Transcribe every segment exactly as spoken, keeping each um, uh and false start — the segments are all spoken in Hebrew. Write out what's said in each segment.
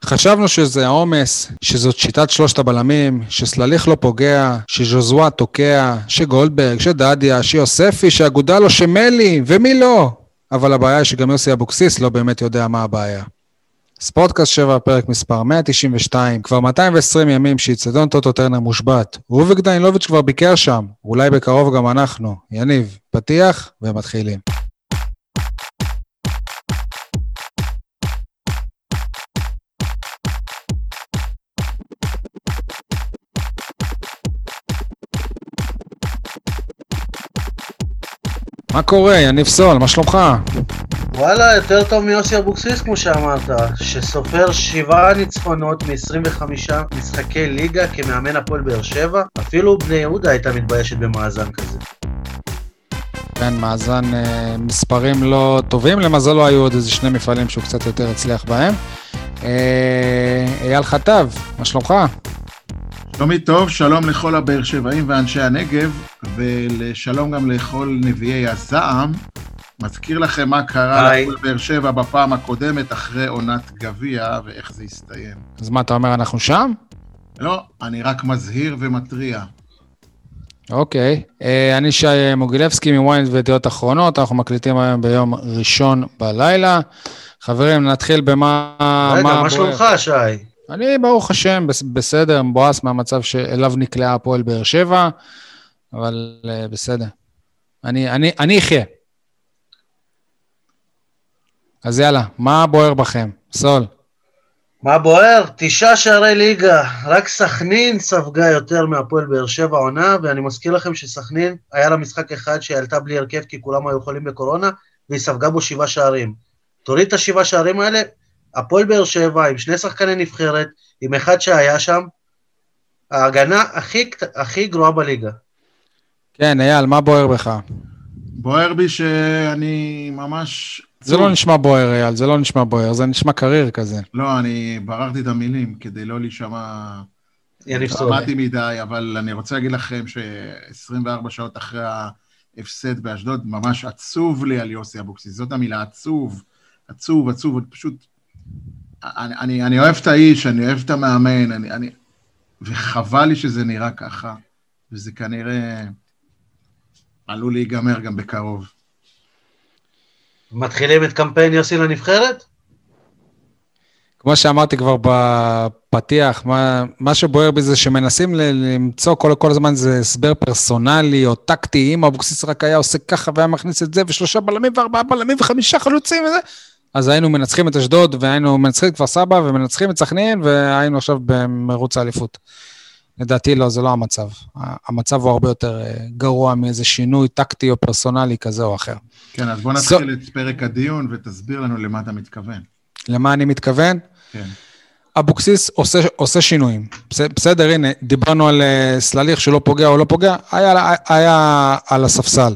חשבנו שזה העומס, שזאת שיטת שלושת הבלמים, שסלליך לא פוגע, שז'וזווה תוקע, שגולדברג, שדדיה, שיוספי, שהאגודה לא שמלי, ומי לא? אבל הבעיה היא שגם יוסי אבוקסיס לא באמת יודע מה הבעיה. ספורטקאסט שבע, פרק מספר מאה תשעים ושתיים, כבר מאתיים ועשרים ימים שאיצטדיון טוטו טרנר מושבת. רוביק דנילוביץ' כבר ביקר שם, אולי בקרוב גם אנחנו. יניב, פתיח ומתחילים. מה קורה, יניב סול? מה שלומך? וואלה, יותר טוב מיוסי אבוקסיס כמו שאמרת, שסופר שבעה ניצחונות מ-עשרים וחמישה משחקי ליגה כמאמן הפועל באר שבע, אפילו בני יהודה הייתה מתביישת במאזן כזה. כן, מאזן מספרים לא טובים, למזלו היו עוד איזה שני מפעלים שהוא קצת יותר הצליח בהם. אייל חטב, מה שלומך? שלומי טוב, שלום לכל הבאר שבעים ואנשי הנגב, ולשלום גם לכל נביאי הזעם. מזכיר לכם מה קרה לפועל באר שבע בפעם הקודמת אחרי עונת גביע, ואיך זה הסתיים. אז מה, אתה אומר אנחנו שם? לא, אני רק מזהיר ומטריע. אוקיי, אני שי מוגילבסקי מוויינט וידיעות אחרונות, אנחנו מקליטים היום ביום ראשון בלילה. חברים, נתחיל במה... רגע, מה שלומך, שי? אני ברוך השם בסדר, מבואס מהמצב שאליו נקלעה הפועל באר שבע, אבל בסדר. אני, אני, אני אחיה. אז יאללה, מה בוער בכם? סול. מה בוער? תשעה שערי ליגה. רק סכנין ספגה יותר מהפועל באר שבע עונה, ואני מזכיר לכם שסכנין היה לה משחק אחד שעלתה בלי הרכב, כי כולם היו חולים בקורונה, והיא ספגה בו שבעה שערים. תוריד את השבעה שערים האלה, הפועל באר שבע עם שני שחקני נבחרת, עם אחד שהיה שם, ההגנה הכי, הכי גרועה בליגה. כן, אייל, מה בוער בך? בוער בי שאני ממש... זה לא נשמע בוער, אייל, זה לא נשמע בוער, זה נשמע קריר כזה. לא, אני בררתי את המילים כדי לא להישמע... דרמטי מדי, אבל אני רוצה להגיד לכם ש-עשרים וארבע שעות אחרי ההפסד באשדוד, ממש עצוב לי על יוסי אבוקסיס, זאת המילה, עצוב, עצוב, עצוב, פשוט... אני, אני, אני אוהב את האיש, אני אוהב את המאמן, אני, אני... וחבל לי שזה נראה ככה, וזה כנראה עלול להיגמר גם בקרוב. מתחילים את קמפיין יוסי לנבחרת? כמו שאמרתי כבר בפתיח, מה, מה שבוער בזה שמנסים למצוא כל, כל הזמן זה הסבר פרסונלי או טקטי, אם אבוקסיס רק היה עושה ככה והיה מכניס את זה, ושלושה בלמים וארבעה בלמים וחמישה חלוצים וזה, אז היינו מנצחים את אשדוד, והיינו מנצחים את כפר סבא, ומנצחים את סכנין, והיינו עכשיו במרוץ האליפות. לדעתי לא, זה לא המצב. המצב הוא הרבה יותר גרוע מאיזה שינוי טקטי או פרסונלי כזה או אחר. כן, אז בוא נתחיל את פרק הדיון, ותסביר לנו למה אתה מתכוון. למה אני מתכוון? כן. אבוקסיס עושה, עושה שינויים. בסדר, הנה, דיברנו על סלליך שלא פוגע או לא פוגע, היה, היה על הספסל.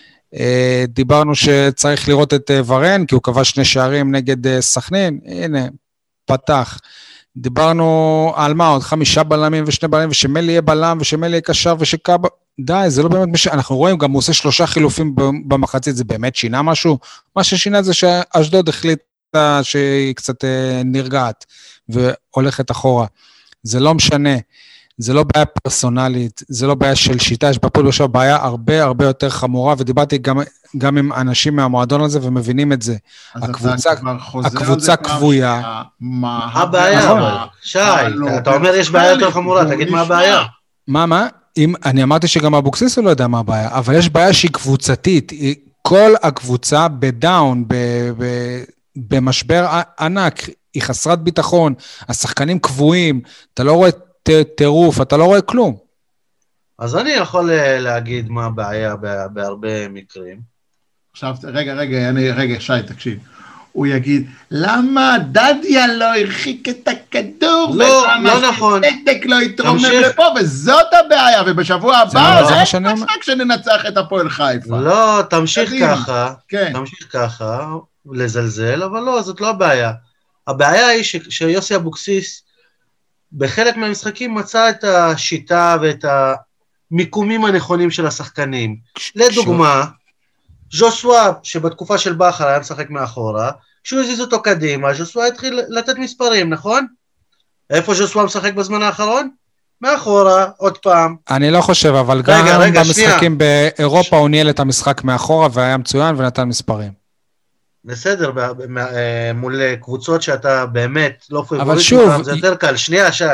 דיברנו שצריך לראות את ורן, כי הוא קבע שני שערים נגד סכנין, הנה, פתח. דיברנו על מה עוד, חמישה בלמים ושני בלמים, ושמלי יהיה בלם, ושמלי יהיה קשר, ושקב... די, זה לא באמת משהו, אנחנו רואים, גם הוא עושה שלושה חילופים במחצית, זה באמת שינה משהו? מה ששינה זה שאשדוד החליטה שהיא קצת נרגעת, והולכת אחורה. זה לא משנה. זה לא בעיה פרסונלית, זה לא בעיה של שיטה, יש בפועל עכשיו בעיה הרבה הרבה יותר חמורה, ודיברתי גם, גם עם אנשים מהמועדון הזה, ומבינים את זה. הקבוצה, הקבוצה קבויה. מה הבעיה? שי, אתה אומר יש בעיה יותר חמורה, תגיד מה הבעיה. מה, מה? אם, אני אמרתי שגם אבוקסיס לא יודע מה הבעיה, אבל יש בעיה שהיא קבוצתית, כל הקבוצה בדאון, ב, ב, במשבר ענק, היא חסרת ביטחון, השחקנים קבועים, אתה לא רואה טירוף, אתה לא רואה כלום. אז אני יכול להגיד מה הבעיה בהרבה מקרים. עכשיו, רגע, רגע, אני, רגע, שי, תקשיב. הוא יגיד, למה דדיה לא הרחיק את הכדור? לא, לא נכון. סדק לא יתרומם לפה, וזאת הבעיה, ובשבוע הבא, זה משחק שננצח את הפועל חיפה. לא, תמשיך ככה, תמשיך ככה, לזלזל, אבל לא, זאת לא הבעיה. הבעיה היא שיוסי אבוקסיס, בחלק מהמשחקים מצא את השיטה ואת המיקומים הנכונים של השחקנים. לדוגמה, ז'וסווה, שבתקופה של בכר היה משחק מאחורה, כשהוא הזיז אותו קדימה, ז'וסווה התחיל לתת מספרים, נכון? איפה ז'וסווה משחק בזמן האחרון? מאחורה, עוד פעם. אני לא חושב, אבל גם רגע, רגע, במשחקים שנייה. באירופה ש... הוא ניהל את המשחק מאחורה, והיה מצוין ונתן מספרים. בסדר, מול קבוצות שאתה באמת לא פייבוריט, אבל שוב... זה יותר קל. שנייה, שי.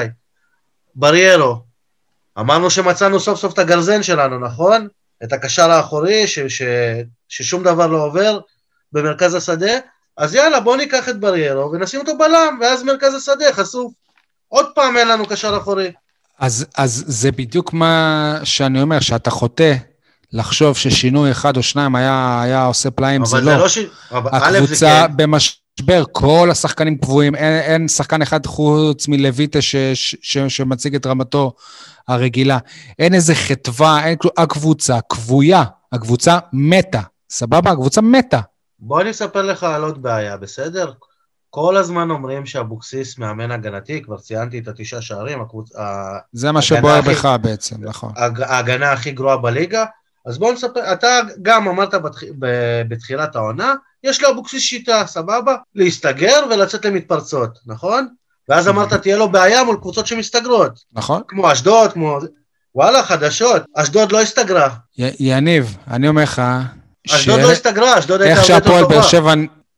בריירו. אמרנו שמצאנו סוף סוף את הגרזן שלנו, נכון? את הקשר האחורי, ש... ש... ששום דבר לא עובר במרכז השדה. אז יאללה, בוא ניקח את בריירו ונשים אותו בלם, ואז מרכז השדה חשוף. עוד פעם אין לנו קשר אחורי. אז, אז זה בדיוק מה שאני אומר, שאתה חוטא לחשוב ששינוי אחד או שניים היה, היה עושה פלאים, זה, זה לא. לא ש... הקבוצה כן. במשבר, כל השחקנים קבועים, אין, אין שחקן אחד חוץ מלויטה ש, ש, ש, שמציג את רמתו הרגילה. אין איזה חטבה, אין, הקבוצה קבויה, הקבוצה מתה, סבבה? הקבוצה מתה. בוא אני אספר לך על עוד בעיה, בסדר? כל הזמן אומרים שאבוקסיס מאמן הגנתי, כבר ציינתי את התשעה שערים, הקבוצ... זה מה שבוער הכי... בך בעצם, נכון. ההגנה הכי גרועה בליגה, אז בוא נספר, אתה גם אמרת בתח... בתחילת העונה, יש לאבוקסיס שיטה, סבבה? להסתגר ולצאת למתפרצות, נכון? ואז אמרת, תהיה לו בעיה מול קבוצות שמסתגרות. נכון. כמו אשדוד, כמו... וואלה, חדשות, אשדוד לא הסתגרה. י... יניב, אני אומר לך... אשדוד ש... לא הסתגרה, אשדוד הייתה הרבה יותר טובה. איך שהפועל באר שבע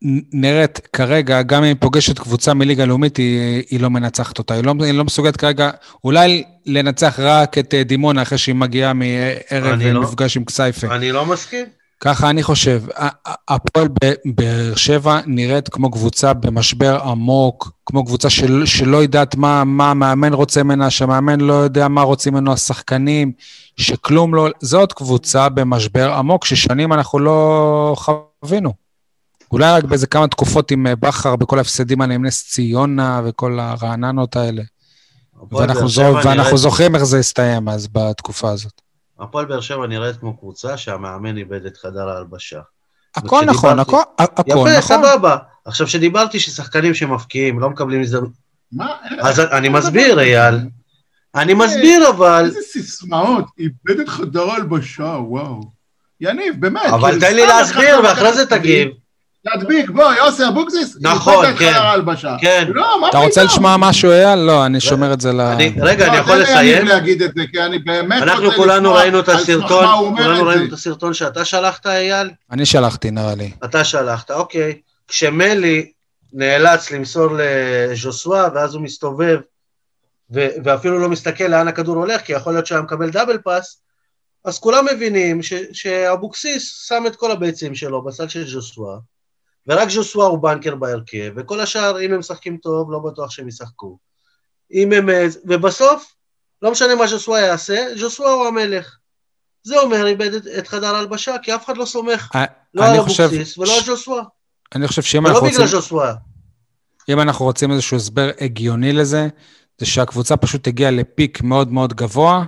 נראית כרגע, גם אם היא פוגשת קבוצה מליגה לאומית, היא, היא לא מנצחת אותה. היא לא, היא לא מסוגלת כרגע, אולי לנצח רק את דימונה, אחרי שהיא מגיעה מערב מפגש לא, עם כסייפה. אני לא מסכים. ככה אני חושב. הפועל באר שבע נראית כמו קבוצה במשבר עמוק, כמו קבוצה של, שלא יודעת מה, מה המאמן רוצה ממנה, שהמאמן לא יודע מה רוצים ממנו השחקנים, שכלום לא... זאת קבוצה במשבר עמוק, ששנים אנחנו לא חווינו. אולי רק באיזה כמה תקופות עם בחר, בכל ההפסדים האלה, עם נס ציונה וכל הרעננות האלה. ואנחנו, זו, ואנחנו נראית... זוכרים איך זה הסתיים אז בתקופה הזאת. הפועל באר שבע נראית כמו קבוצה שהמאמן איבד את חדר ההלבשה. הכל נכון, הכל, הכל נכון. יפה, סבבה. עכשיו שדיברתי ששחקנים שמפקיעים, לא מקבלים הזדמנות. מה? אז אני מסביר, אייל. אני מסביר, אבל... איזה סיסמאות, איבד את חדר ההלבשה, וואו. יניב, באמת. אבל תן לי להסביר, ואחרי זה תגיב. להדביק, בוא, יוסי אבוקסיס, נכון, כן, כן. אתה רוצה לשמוע משהו, אייל? לא, אני שומר את זה ל... רגע, אני יכול לסיים? אנחנו כולנו ראינו את הסרטון, כולנו ראינו את הסרטון שאתה שלחת, אייל? אני שלחתי, נראה לי. אתה שלחת, אוקיי. כשמלי נאלץ למסור לז'וסווה, ואז הוא מסתובב, ואפילו לא מסתכל לאן הכדור הולך, כי יכול להיות שהיה מקבל דאבל פאס, אז כולם מבינים שאבוקסיס שם את כל הביצים שלו בסל של ז'וסווה, ורק ז'וסווה הוא בנקר בהרכב, וכל השאר, אם הם משחקים טוב, לא בטוח שהם ישחקו. אם הם... ובסוף, לא משנה מה ז'וסווה יעשה, ז'וסווה הוא המלך. זה אומר, איבד את חדר ההלבשה, כי אף אחד לא סומך, לא על אבוקסיס ולא על ז'וסווה. אני חושב שאם אנחנו רוצים... אם אנחנו רוצים איזשהו הסבר הגיוני לזה, זה שהקבוצה פשוט הגיעה לפיק מאוד מאוד גבוה,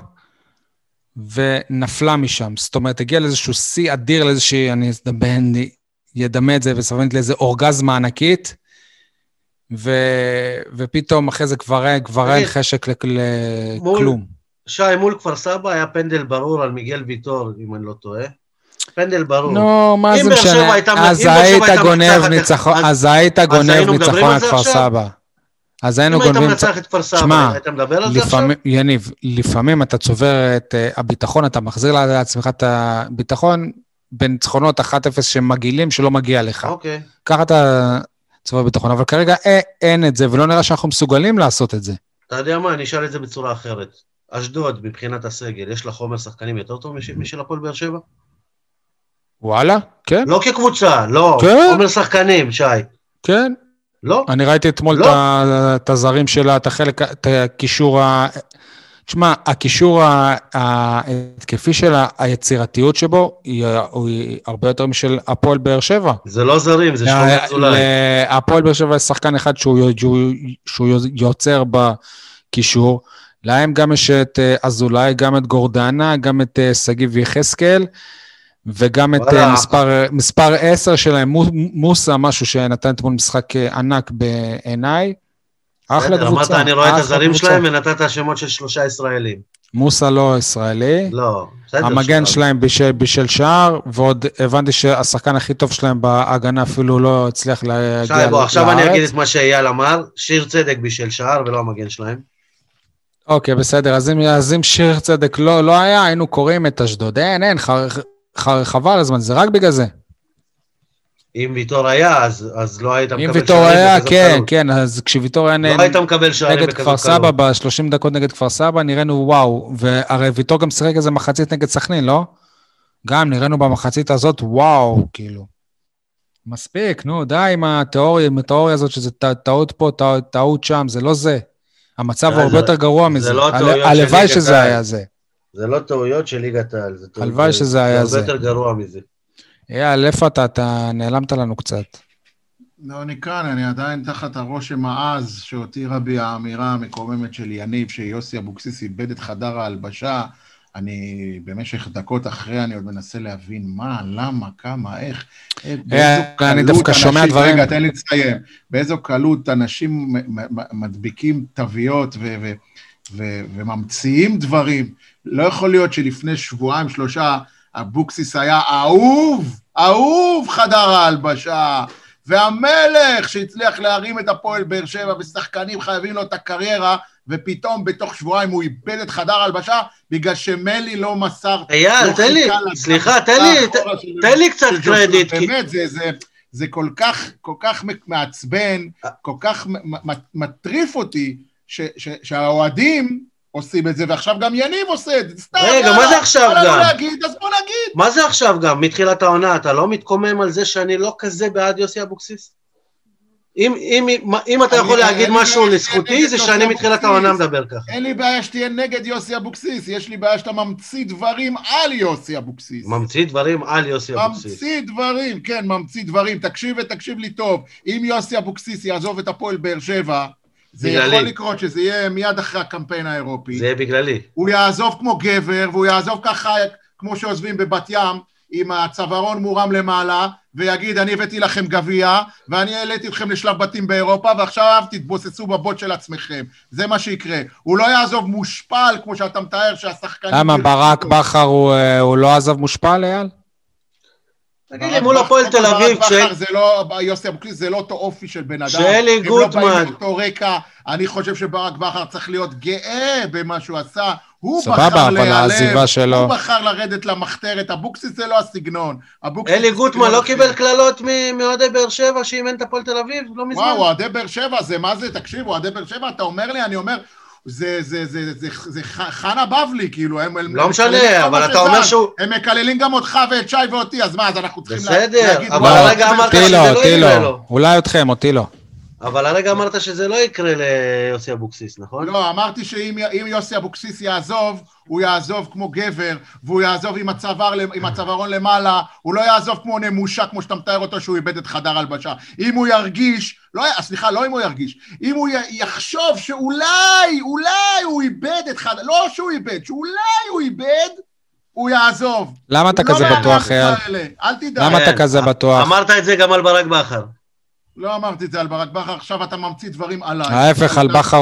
ונפלה משם. זאת אומרת, הגיעה לאיזשהו שיא אדיר, לאיזושהי, אני ידמה את זה, וסבבנית לאיזו אורגזמה ענקית, ו... ופתאום אחרי זה כבר, כבר אין חשק לכלום. שי, מול כפר סבא היה פנדל ברור על מיגל ויטור, אם אני לא טועה. פנדל ברור. נו, מה זה משנה? אז היית גונב ניצחון, אז היית גונב ניצחון את כפר סבא. אז היינו גונבים... אם היית מנצח את כפר סבא, היית מדבר על זה עכשיו? יניב, לפעמים אתה צובר את הביטחון, אתה מחזיר לעצמך את הביטחון, בניצחונות אחת אפס שמגילים שלא מגיע לך. אוקיי. ככה אתה צובר ביטחון, אבל כרגע אין את זה, ולא נראה שאנחנו מסוגלים לעשות את זה. אתה יודע מה, אני אשאל את זה בצורה אחרת. אשדוד, מבחינת הסגל, יש לה חומר שחקנים יותר טוב משל הפועל באר שבע? וואלה, כן. לא כקבוצה, לא. חומר שחקנים, שי. כן. לא. אני ראיתי אתמול את הזרים שלה, את החלק, את הקישור, תשמע, הקישור ההתקפי שלה, היצירתיות שבו, היא הרבה יותר משל הפועל באר שבע. זה לא זרים, זה שלומי אזולאי. הפועל באר שבע יש שחקן אחד שהוא יוצר בקישור, להם גם יש את אזולאי, גם את גורדנה, גם את סגיב יחזקאל, וגם את מספר, מספר עשר שלהם, מוסה, משהו שנתן אתמול משחק ענק בעיניי. אחלה קבוצה. אמרת, אני רואה את הזרים שלהם ונתת השמות של שלושה ישראלים. מוסה לא ישראלי. לא, בסדר. המגן שלהם בישל, בישל שער, ועוד הבנתי שהשחקן הכי טוב שלהם בהגנה אפילו לא הצליח להגיע שי, בוא, עכשיו אני אגיד את מה שאייל אמר, שיר צדק בישל שער ולא המגן שלהם. אוקיי, בסדר, אז אם, אז אם שיר צדק לא, לא היה, היינו קוראים את אשדוד. אין, אין, ח, ח, חבל הזמן, זה רק בגלל זה. אם ויתור היה, אז, אז לא היית מקבל שערים. אם ויתור היה, כן, קלות. כן, אז כשוויתור היה לא היית מקבל שערים נגד כפר סבא, ב-שלושים דקות נגד כפר סבא, נראינו וואו, והרי ויתור גם שיחק איזה מחצית נגד סכנין, לא? גם נראינו במחצית הזאת, וואו, כאילו. מספיק, נו, די עם התיאוריה, עם התיאוריה הזאת, שזה טעות פה, טעות שם, זה לא זה. המצב הוא הרבה יותר גרוע מזה. הלוואי שזה היה זה. זה לא טעויות של ליגת העל, זה הלוואי שזה היה זה. זה הרבה יותר גרוע מזה. יאללה, איפה אתה? אתה נעלמת לנו קצת. לא, אני כאן, אני עדיין תחת הרושם העז שהותירה בי האמירה המקוממת של יניב, שיוסי אבוקסיס איבד את חדר ההלבשה. אני במשך דקות אחרי, אני עוד מנסה להבין מה, למה, כמה, איך, אני דווקא שומע דברים. רגע, תן לי לציין, באיזו קלות אנשים מדביקים תוויות וממציאים דברים. לא יכול להיות שלפני שבועיים, שלושה, אבוקסיס היה אהוב, אהוב חדר ההלבשה, והמלך שהצליח להרים את הפועל באר שבע, ושחקנים חייבים לו את הקריירה, ופתאום בתוך שבועיים הוא איבד את חדר ההלבשה, בגלל שמלי לא מסר... אייל, תן לי, סליחה, תן לי, תן לי קצת קרדיט. באמת, זה כל כך, כל כך מעצבן, כל כך מטריף אותי, שהאוהדים עושים את זה, ועכשיו גם יניב עושה את זה. רגע, מה זה עכשיו גם? אז בוא נגיד. מה זה עכשיו גם? מתחילת העונה, אתה לא מתקומם על זה שאני לא כזה בעד יוסי אבוקסיס? אם, אם, אם אתה יכול להגיד משהו לזכותי, זה שאני מתחילת העונה מדבר ככה. אין לי בעיה שתהיה נגד יוסי אבוקסיס, יש לי בעיה שאתה ממציא דברים על יוסי אבוקסיס. ממציא דברים על יוסי אבוקסיס. ממציא דברים, כן, ממציא דברים. תקשיב ותקשיב לי טוב. אם יוסי אבוקסיס יעזוב את הפועל באר שבע, זה בגללי. יכול לקרות שזה יהיה מיד אחרי הקמפיין האירופי. זה יהיה בגללי. הוא יעזוב כמו גבר, והוא יעזוב ככה כמו שעוזבים בבת ים, עם הצווארון מורם למעלה, ויגיד, אני הבאתי לכם גביע, ואני העליתי אתכם לשלב בתים באירופה, ועכשיו תתבוססו בבוט של עצמכם. זה מה שיקרה. הוא לא יעזוב מושפל, כמו שאתה מתאר, שהשחקנים... למה, ברק בכר הוא, הוא לא עזב מושפל, אייל? תגיד לי, מול הפועל תל אביב, זה לא, יוסי אבוקסיס, זה לא אותו אופי של בן אדם. שאלי גוטמן. הם לא באים אותו רקע, אני חושב שברק בכר צריך להיות גאה במה שהוא עשה, הוא בחר להיעלם, הוא בחר לרדת למחתרת, אבוקסיס זה לא הסגנון. אלי גוטמן לא קיבל קללות מאוהדי באר שבע, שאימן את הפועל תל אביב, לא מזמן. וואו, אוהדי באר שבע, זה מה זה, תקשיב, אוהדי באר שבע, אתה אומר לי, אני אומר, זה, זה, זה, זה, זה חנה בבלי, כאילו, הם... לא משנה, אבל אתה אומר שהוא... הם מקללים גם אותך ואת שי ואותי, אז מה, אז אנחנו צריכים להגיד... בסדר, אבל הרגע אמרת שזה לא יקרה לו. אולי אתכם, אותי לא. אבל הרגע אמרת שזה לא יקרה ליוסי אבוקסיס, נכון? לא, אמרתי שאם יוסי אבוקסיס יעזוב, הוא יעזוב כמו גבר, והוא יעזוב עם הצוואר, עם הצווארון למעלה, הוא לא יעזוב כמו נמושה, כמו שאתה מתאר אותו שהוא איבד את חדר הלבשה. אם הוא ירגיש, לא, סליחה, לא אם הוא ירגיש, אם הוא יחשוב שאולי, אולי הוא איבד את חדר, לא שהוא איבד, שאולי הוא איבד, הוא יעזוב. למה אתה כזה בטוח, אייל? אל תדע. למה אתה כזה בטוח? אמרת את זה גם על ברק בכר. לא אמרתי את זה על ברק בכר, עכשיו אתה ממציא דברים עליי. ההפך, על בכר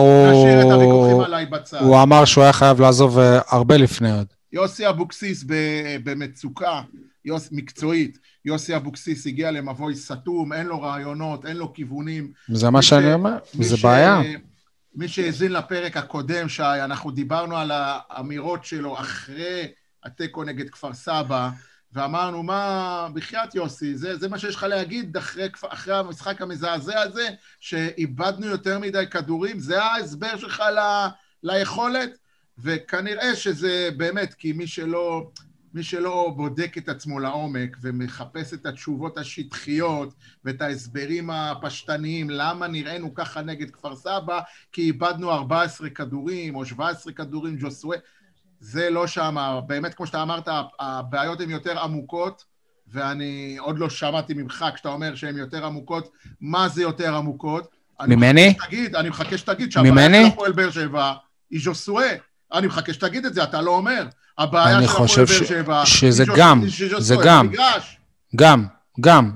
הוא אמר שהוא היה חייב לעזוב הרבה לפני עוד. יוסי אבוקסיס במצוקה, מקצועית, יוסי אבוקסיס הגיע למבוי סתום, אין לו רעיונות, אין לו כיוונים. זה מה שאני אומר, זה בעיה. מי שהזין לפרק הקודם, שי, אנחנו דיברנו על האמירות שלו אחרי התיקו נגד כפר סבא, ואמרנו, מה, בחייאת יוסי, זה, זה מה שיש לך להגיד אחרי, אחרי המשחק המזעזע הזה, שאיבדנו יותר מדי כדורים, זה ההסבר שלך ל, ליכולת, וכנראה שזה באמת, כי מי שלא, מי שלא בודק את עצמו לעומק, ומחפש את התשובות השטחיות, ואת ההסברים הפשטניים, למה נראינו ככה נגד כפר סבא, כי איבדנו ארבעה עשר כדורים, או שבעה עשר כדורים, ג'וסווה, זה לא שם, באמת כמו שאתה אמרת, הבעיות הן יותר עמוקות, ואני עוד לא שמעתי ממך כשאתה אומר שהן יותר עמוקות, מה זה יותר עמוקות? ממני? אני מחכה שתגיד שהבעיה של הפועל באר שבע היא ז'וסווה, אני מחכה שתגיד את זה, אתה לא אומר. הבעיה של הפועל באר שבע שזה גם, זה גם, גם, גם.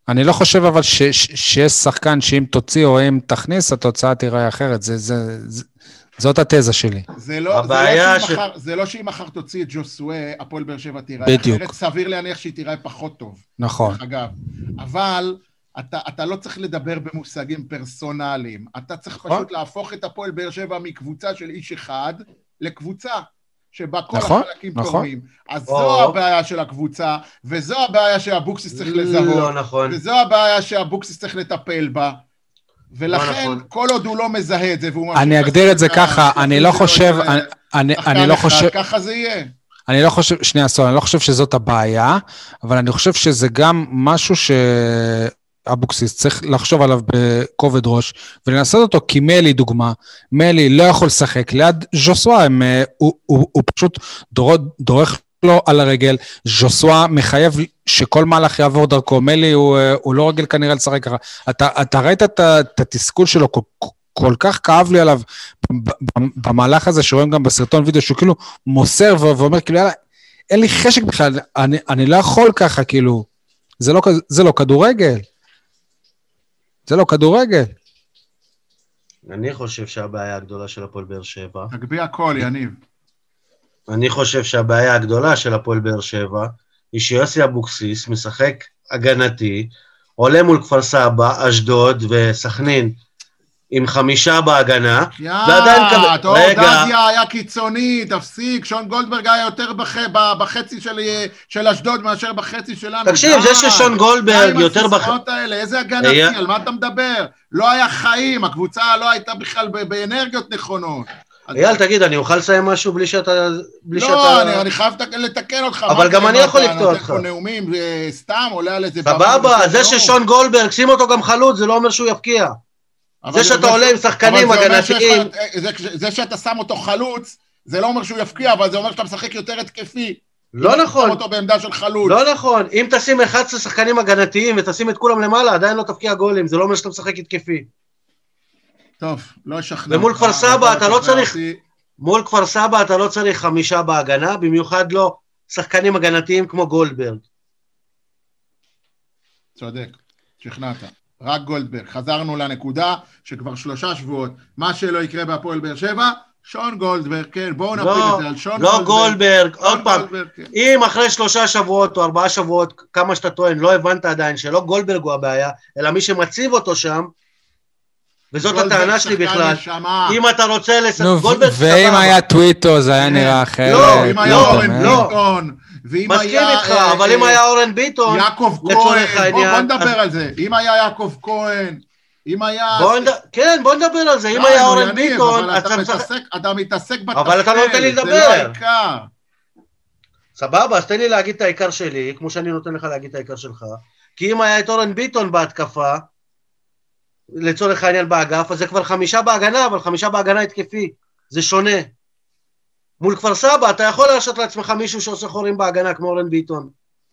אני לא חושב אבל שיש שחקן שאם תוציא או אם תכניס, התוצאה תראה אחרת. זה, זה, זה, זאת התזה שלי. זה לא, זה לא, ש... מחר, זה לא שאם מחר תוציא את ג'וסווה, הפועל באר שבע תיראה בדיוק. אחרת, סביר להניח שהיא תיראה פחות טוב. נכון. אגב, אבל אתה, אתה לא צריך לדבר במושגים פרסונליים, אתה צריך פשוט להפוך את הפועל באר שבע מקבוצה של איש אחד לקבוצה. שבה כל נכון, החלקים נכון. תורמים. אז או. זו הבעיה של הקבוצה, וזו הבעיה שאבוקסיס צריך לזהות, לא נכון. וזו הבעיה שאבוקסיס צריך לטפל בה, ולכן לא נכון. כל עוד הוא לא מזהה את זה, והוא אני אגדיר את זה ככה, אני לא חושב, אני, אני, אני לא חושב, ככה זה יהיה. אני לא חושב, שנייה, סול, אני לא חושב שזאת הבעיה, אבל אני חושב שזה גם משהו ש... אבוקסיס צריך לחשוב עליו בכובד ראש, ולנסות אותו, כי מלי דוגמה, מלי לא יכול לשחק, ליד ז'וסווה, הם, הוא, הוא, הוא פשוט דורך, דורך לו על הרגל, ז'וסווה מחייב שכל מהלך יעבור דרכו, מלי הוא, הוא לא רגיל כנראה לשחק ככה, אתה, אתה ראית את, את התסכול שלו, כל, כל כך כאב לי עליו, במהלך הזה שרואים גם בסרטון וידאו, שהוא כאילו מוסר ואומר, כאילו, יאללה, אין לי חשק בכלל, אני, אני לא יכול ככה, כאילו, זה לא, זה לא כדורגל. זה לא כדורגל. אני חושב שהבעיה הגדולה של הפועל באר שבע... תגביה הכל, יניב. אני חושב שהבעיה הגדולה של הפועל באר שבע, היא שיוסי אבוקסיס משחק הגנתי, עולה מול כפר סבא, אשדוד וסכנין, עם חמישה בהגנה, ועדיין... טוב, דדיה היה קיצוני, תפסיק, שון גולדברג היה יותר בחצי של אשדוד מאשר בחצי שלנו. תקשיב, זה ששון גולדברג יותר בחצי... איזה הגנתי, על מה אתה מדבר? לא היה חיים, הקבוצה לא הייתה בכלל באנרגיות נכונות. אייל, תגיד, אני אוכל לסיים משהו בלי שאתה... לא, אני חייב לתקן אותך. אבל גם אני יכול לקטוע אותך. אתה נותן פה נאומים, סתם עולה על איזה... סבבה, זה ששון גולדברג, שים אותו גם חלוץ, זה לא אומר שהוא יפקיע. זה שאתה עולה עם שחקנים הגנתיים... זה שאתה שם אותו חלוץ, זה לא אומר שהוא יפקיע, אבל זה אומר שאתה משחק יותר התקפי. לא נכון. שם אותו בעמדה של חלוץ. לא נכון. אם תשים אחד עשר שחקנים הגנתיים ותשים את כולם למעלה, עדיין לא תפקיע גולים. זה לא אומר שאתה משחק התקפי. טוב, לא אשכנע. ומול כפר סבא אתה לא צריך... מול כפר סבא אתה לא צריך חמישה בהגנה, במיוחד לא שחקנים הגנתיים כמו גולדברג. צודק. שכנעת. רק גולדברג, חזרנו לנקודה שכבר שלושה שבועות, מה שלא יקרה בהפועל באר שבע, שון גולדברג, כן, בואו נפיל לא, את זה על שון לא גולדברג. גולדברג, עוד פעם, כן. אם אחרי שלושה שבועות או ארבעה שבועות, כמה שאתה טוען, לא הבנת עדיין שלא גולדברג הוא הבעיה, אלא מי שמציב אותו שם, וזאת הטענה שלי בכלל, אם אתה רוצה לסדר, גולדברג סבבה. ואם היה טוויטו זה היה נראה אחרת. לא, אם היה אורן ביטון, מסכים איתך, אבל אם היה אורן ביטון, יעקב כהן, בוא נדבר על זה, אם היה יעקב כהן, אם היה... כן, בוא נדבר על זה, אם היה אורן ביטון, אתה מתעסק בתפל, אבל אתה לא נותן לי לדבר. סבבה, אז תן לי להגיד את העיקר שלי, כמו שאני נותן לך להגיד את העיקר שלך, כי אם היה את אורן ביטון בהתקפה, לצורך העניין באגף, אז זה כבר חמישה בהגנה, אבל חמישה בהגנה התקפי, זה שונה. מול כפר סבא, אתה יכול להרשות לעצמך מישהו שעושה חורים בהגנה, כמו אורן ביטון.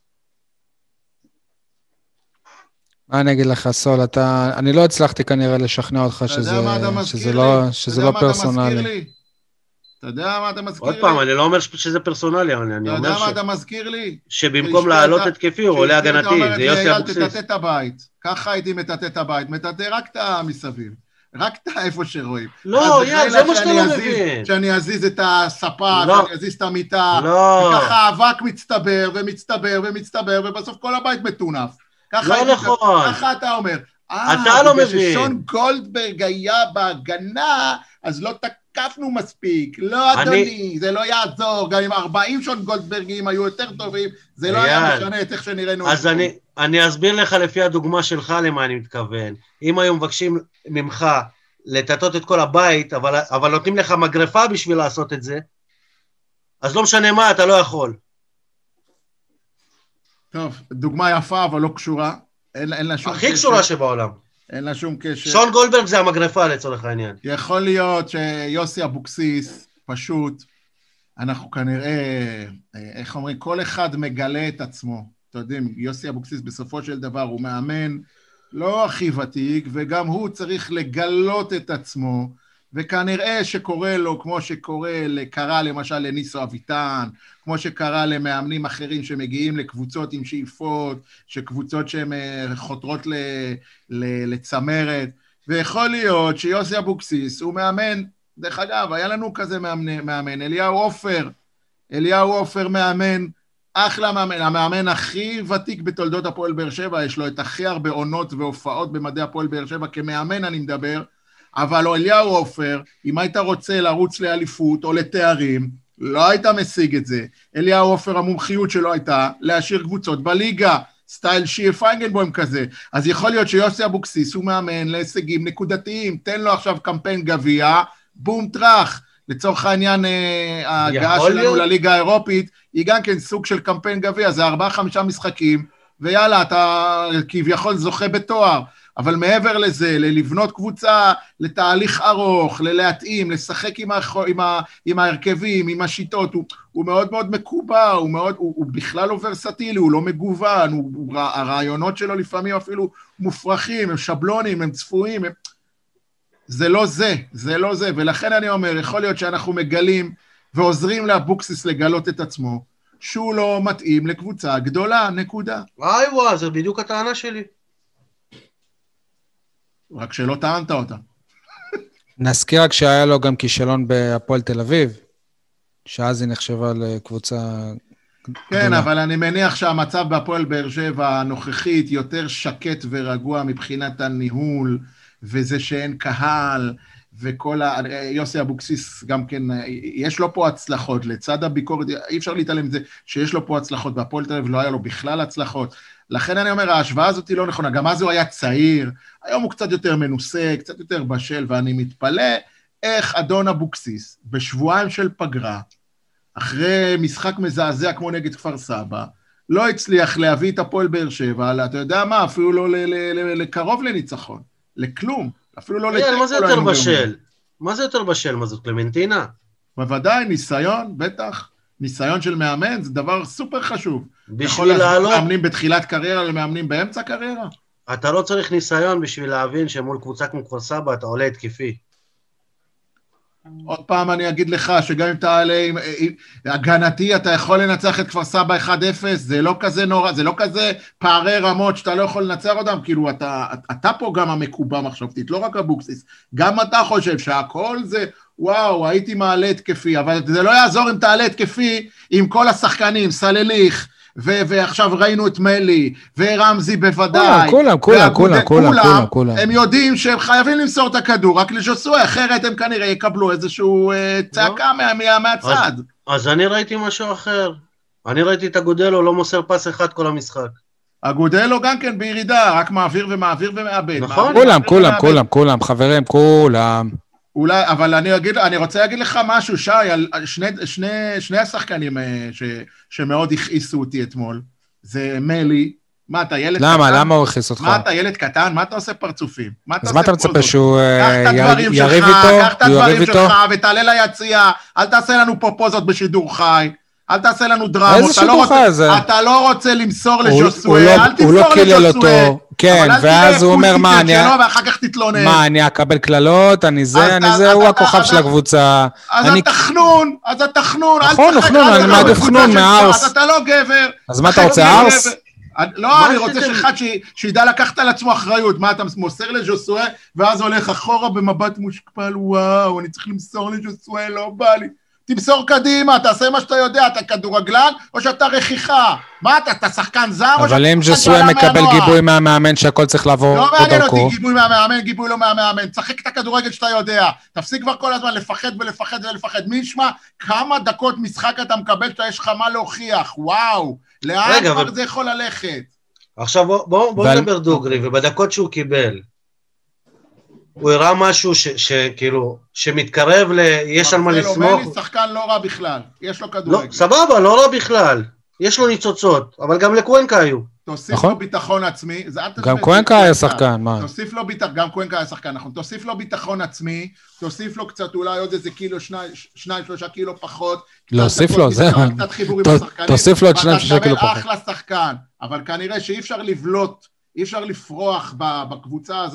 מה אני אגיד לך, סול, אתה, אני לא הצלחתי כנראה לשכנע אותך שזה, שזה לא, שזה לא פרסונלי. אתה יודע מה אתה מזכיר לי? עוד פעם, אני לא אומר שזה פרסונלי, אני אומר אתה יודע מה אתה מזכיר לי? שבמקום לעלות התקפי, הוא עולה הגנתי, זה יוסי אבוקסיס. תטטה את הבית, ככה הייתי מטטה את הבית, מטטה רק את המסביב. רק את איפה שרואים. לא, יאללה, זה מה שאתה לא מבין. שאני אזיז את הספה, שאני אזיז את המיטה, וככה האבק מצטבר ומצטבר ומצטבר, ובסוף כל הבית מטונף. לא נכון. ככה אתה אומר. אתה לא מבין. ששון גולדברג היה בהגנה, אז לא תקפנו מספיק. לא, אדוני, זה לא יעזור. גם אם ארבעים שון גולדברגים היו יותר טובים, זה לא היה משנה את איך שנראינו. אז אני אסביר לך לפי הדוגמה שלך למה אני מתכוון. אם היו מבקשים ממך לטטות את כל הבית, אבל, אבל נותנים לך מגרפה בשביל לעשות את זה, אז לא משנה מה, אתה לא יכול. טוב, דוגמה יפה, אבל לא קשורה. אין, אין לה שום הכי קשור. קשורה שבעולם. אין לה שום קשר. שון גולדברג זה המגרפה לצורך העניין. יכול להיות שיוסי אבוקסיס, פשוט, אנחנו כנראה, איך אומרים, כל אחד מגלה את עצמו. אתם יודעים, יוסי אבוקסיס בסופו של דבר הוא מאמן לא הכי ותיק, וגם הוא צריך לגלות את עצמו, וכנראה שקורה לו, כמו שקרה למשל לניסו אביטן, כמו שקרה למאמנים אחרים שמגיעים לקבוצות עם שאיפות, שקבוצות שהן חותרות ל, ל, לצמרת, ויכול להיות שיוסי אבוקסיס הוא מאמן, דרך אגב, היה לנו כזה מאמן, מאמן אליהו עופר, אליהו עופר מאמן, אחלה מאמן, המאמן הכי ותיק בתולדות הפועל באר שבע, יש לו את הכי הרבה עונות והופעות במדעי הפועל באר שבע, כמאמן אני מדבר, אבל אליהו עופר, אם היית רוצה לרוץ לאליפות או לתארים, לא היית משיג את זה. אליהו עופר, המומחיות שלו הייתה להשאיר קבוצות בליגה, סטייל שיר פיינגנבוים כזה. אז יכול להיות שיוסי אבוקסיס הוא מאמן להישגים נקודתיים, תן לו עכשיו קמפיין גביע, בום טרח. לצורך העניין, ההגעה שלנו לליגה האירופית, היא גם כן סוג של קמפיין גביע, זה ארבעה חמישה משחקים, ויאללה, אתה כביכול זוכה בתואר. אבל מעבר לזה, ללבנות קבוצה, לתהליך ארוך, ללהתאים, לשחק עם, הח... עם, ה... עם ההרכבים, עם השיטות, הוא, הוא מאוד מאוד מקובע, הוא, מאוד... הוא, הוא בכלל לא ורסטילי, הוא לא מגוון, הוא... הוא... הרעיונות שלו לפעמים אפילו מופרכים, הם שבלונים, הם צפויים, הם... זה לא זה, זה לא זה, ולכן אני אומר, יכול להיות שאנחנו מגלים ועוזרים לאבוקסיס לגלות את עצמו, שהוא לא מתאים לקבוצה גדולה, נקודה. וואי וואי, זה בדיוק הטענה שלי. רק שלא טענת אותה. נזכיר רק שהיה לו גם כישלון בהפועל תל אביב, שאז היא נחשבה לקבוצה גדולה. כן, אבל אני מניח שהמצב בהפועל באר שבע הנוכחית יותר שקט ורגוע מבחינת הניהול, וזה שאין קהל, וכל ה... יוסי אבוקסיס גם כן, יש לו פה הצלחות, לצד הביקורת, אי אפשר להתעלם את זה, שיש לו פה הצלחות, בהפועל תל אביב לא היה לו בכלל הצלחות, לכן אני אומר, ההשוואה הזאת היא לא נכונה, גם אז הוא היה צעיר, היום הוא קצת יותר מנוסה, קצת יותר בשל, ואני מתפלא איך אדון אבוקסיס, בשבועיים של פגרה, אחרי משחק מזעזע כמו נגד כפר סבא, לא הצליח להביא את הפועל באר שבע, אתה יודע מה, אפילו לא לקרוב לניצחון, לכלום, אפילו לא לתקו. מה זה יותר בשל? מה זה יותר בשל? מה זאת קלמנטינה? בוודאי, ניסיון, בטח. ניסיון של מאמן, זה דבר סופר חשוב. בשביל לעלות... מאמנים בתחילת קריירה למאמנים באמצע קריירה? אתה לא צריך ניסיון בשביל להבין שמול קבוצה כמו כפר סבא אתה עולה התקפי. עוד פעם אני אגיד לך שגם אם אתה עולה עם הגנתי, אתה יכול לנצח את כפר סבא אחד אפס, זה לא כזה נורא, זה לא כזה פערי רמות שאתה לא יכול לנצח אותם, כאילו אתה, אתה פה גם המקובע מחשבתית, לא רק אבוקסיס, גם אתה חושב שהכל זה, וואו, הייתי מעלה התקפי, אבל זה לא יעזור אם תעלה התקפי עם כל השחקנים, סלליך, ו- ועכשיו ראינו את מלי, ורמזי בוודאי. כולם, כולם, כולם, כולם, כולם. הם יודעים שהם חייבים למסור את הכדור, רק לז'וסוי, אחרת הם כנראה יקבלו איזשהו צעקה מהצד. אז אני ראיתי משהו אחר. אני ראיתי את אגודלו, לא מוסר פס אחד כל המשחק. אגודלו גם כן בירידה, רק מעביר ומעביר ומאבד. נכון? כולם, כולם, כולם, כולם, חברים, כולם. אולי, אבל אני אגיד, אני רוצה להגיד לך משהו, שי, על שני, שני, שני השחקנים ש, שמאוד הכעיסו אותי אתמול, זה מלי, מה אתה ילד למה, קטן? למה, למה הוא הכעיס אותך? מה אתה ילד קטן? מה אתה עושה פרצופים? מה אז מה אתה מצפה שהוא יריב איתו? קח את הדברים שלך ותעלה ליציאה, אל תעשה לנו פה פוזות בשידור חי, אל תעשה לנו דרמות, איזה שידור חי זה? אתה לא רוצה למסור לג'וסוי, אל הוא לא תמסור קילל לג'וסוי. אותו, כן, ואז הוא אומר, מה, אני... ואחר כך תתלונן. מה, אני אקבל קללות, אני זה, אני זה, הוא הכוכב של הקבוצה. אז התכנון, אז התכנון, נכון, נכון, אני מעדיף חנון מהארס. אז אתה לא גבר. אז מה אתה רוצה, הארס? לא, אני רוצה שאחד שידע לקחת על עצמו אחריות, מה אתה מוסר לג'וסוי, ואז הולך אחורה במבט מושפל, וואו, אני צריך למסור לג'וסוי, לא בא לי. תמסור קדימה, תעשה מה שאתה יודע, אתה כדורגלן או שאתה רכיחה. מה אתה, אתה שחקן זר או שאתה... אבל אם ג'וסוי מקבל גיבוי מהמאמן שהכל צריך לעבור בדרכו. לא מעניין אותי, גיבוי מהמאמן, גיבוי לא מהמאמן. תשחק את הכדורגל שאתה יודע. תפסיק כבר כל הזמן לפחד ולפחד ולפחד. מי ישמע כמה דקות משחק אתה מקבל שאתה יש לך מה להוכיח. וואו, לאן כבר זה יכול ללכת? עכשיו בואו נדבר דוגרי, ובדקות שהוא קיבל, הוא הראה משהו שכאילו, שמתקרב ל... יש על מה לסמוך. מלי שחקן לא רע בכלל, יש לו כדורגל. סבבה, לא רע בכלל. יש לו ניצוצות, אבל גם לקוונקה היו. תוסיף לו ביטחון עצמי. גם קוונקה היה שחקן, מה? תוסיף לו ביטחון, גם קוונקה היה שחקן, נכון. תוסיף לו ביטחון עצמי, תוסיף לו קצת אולי עוד איזה קילו, שניים, שלושה קילו פחות. להוסיף לו, זה... קצת חיבור עם השחקנים. תוסיף לו עוד שניים, שלושה קילו פחות. אחלה שחקן, אבל כנראה שאי אפשר לבלוט, אי אפשר לפרוח בקבוצה הזאת,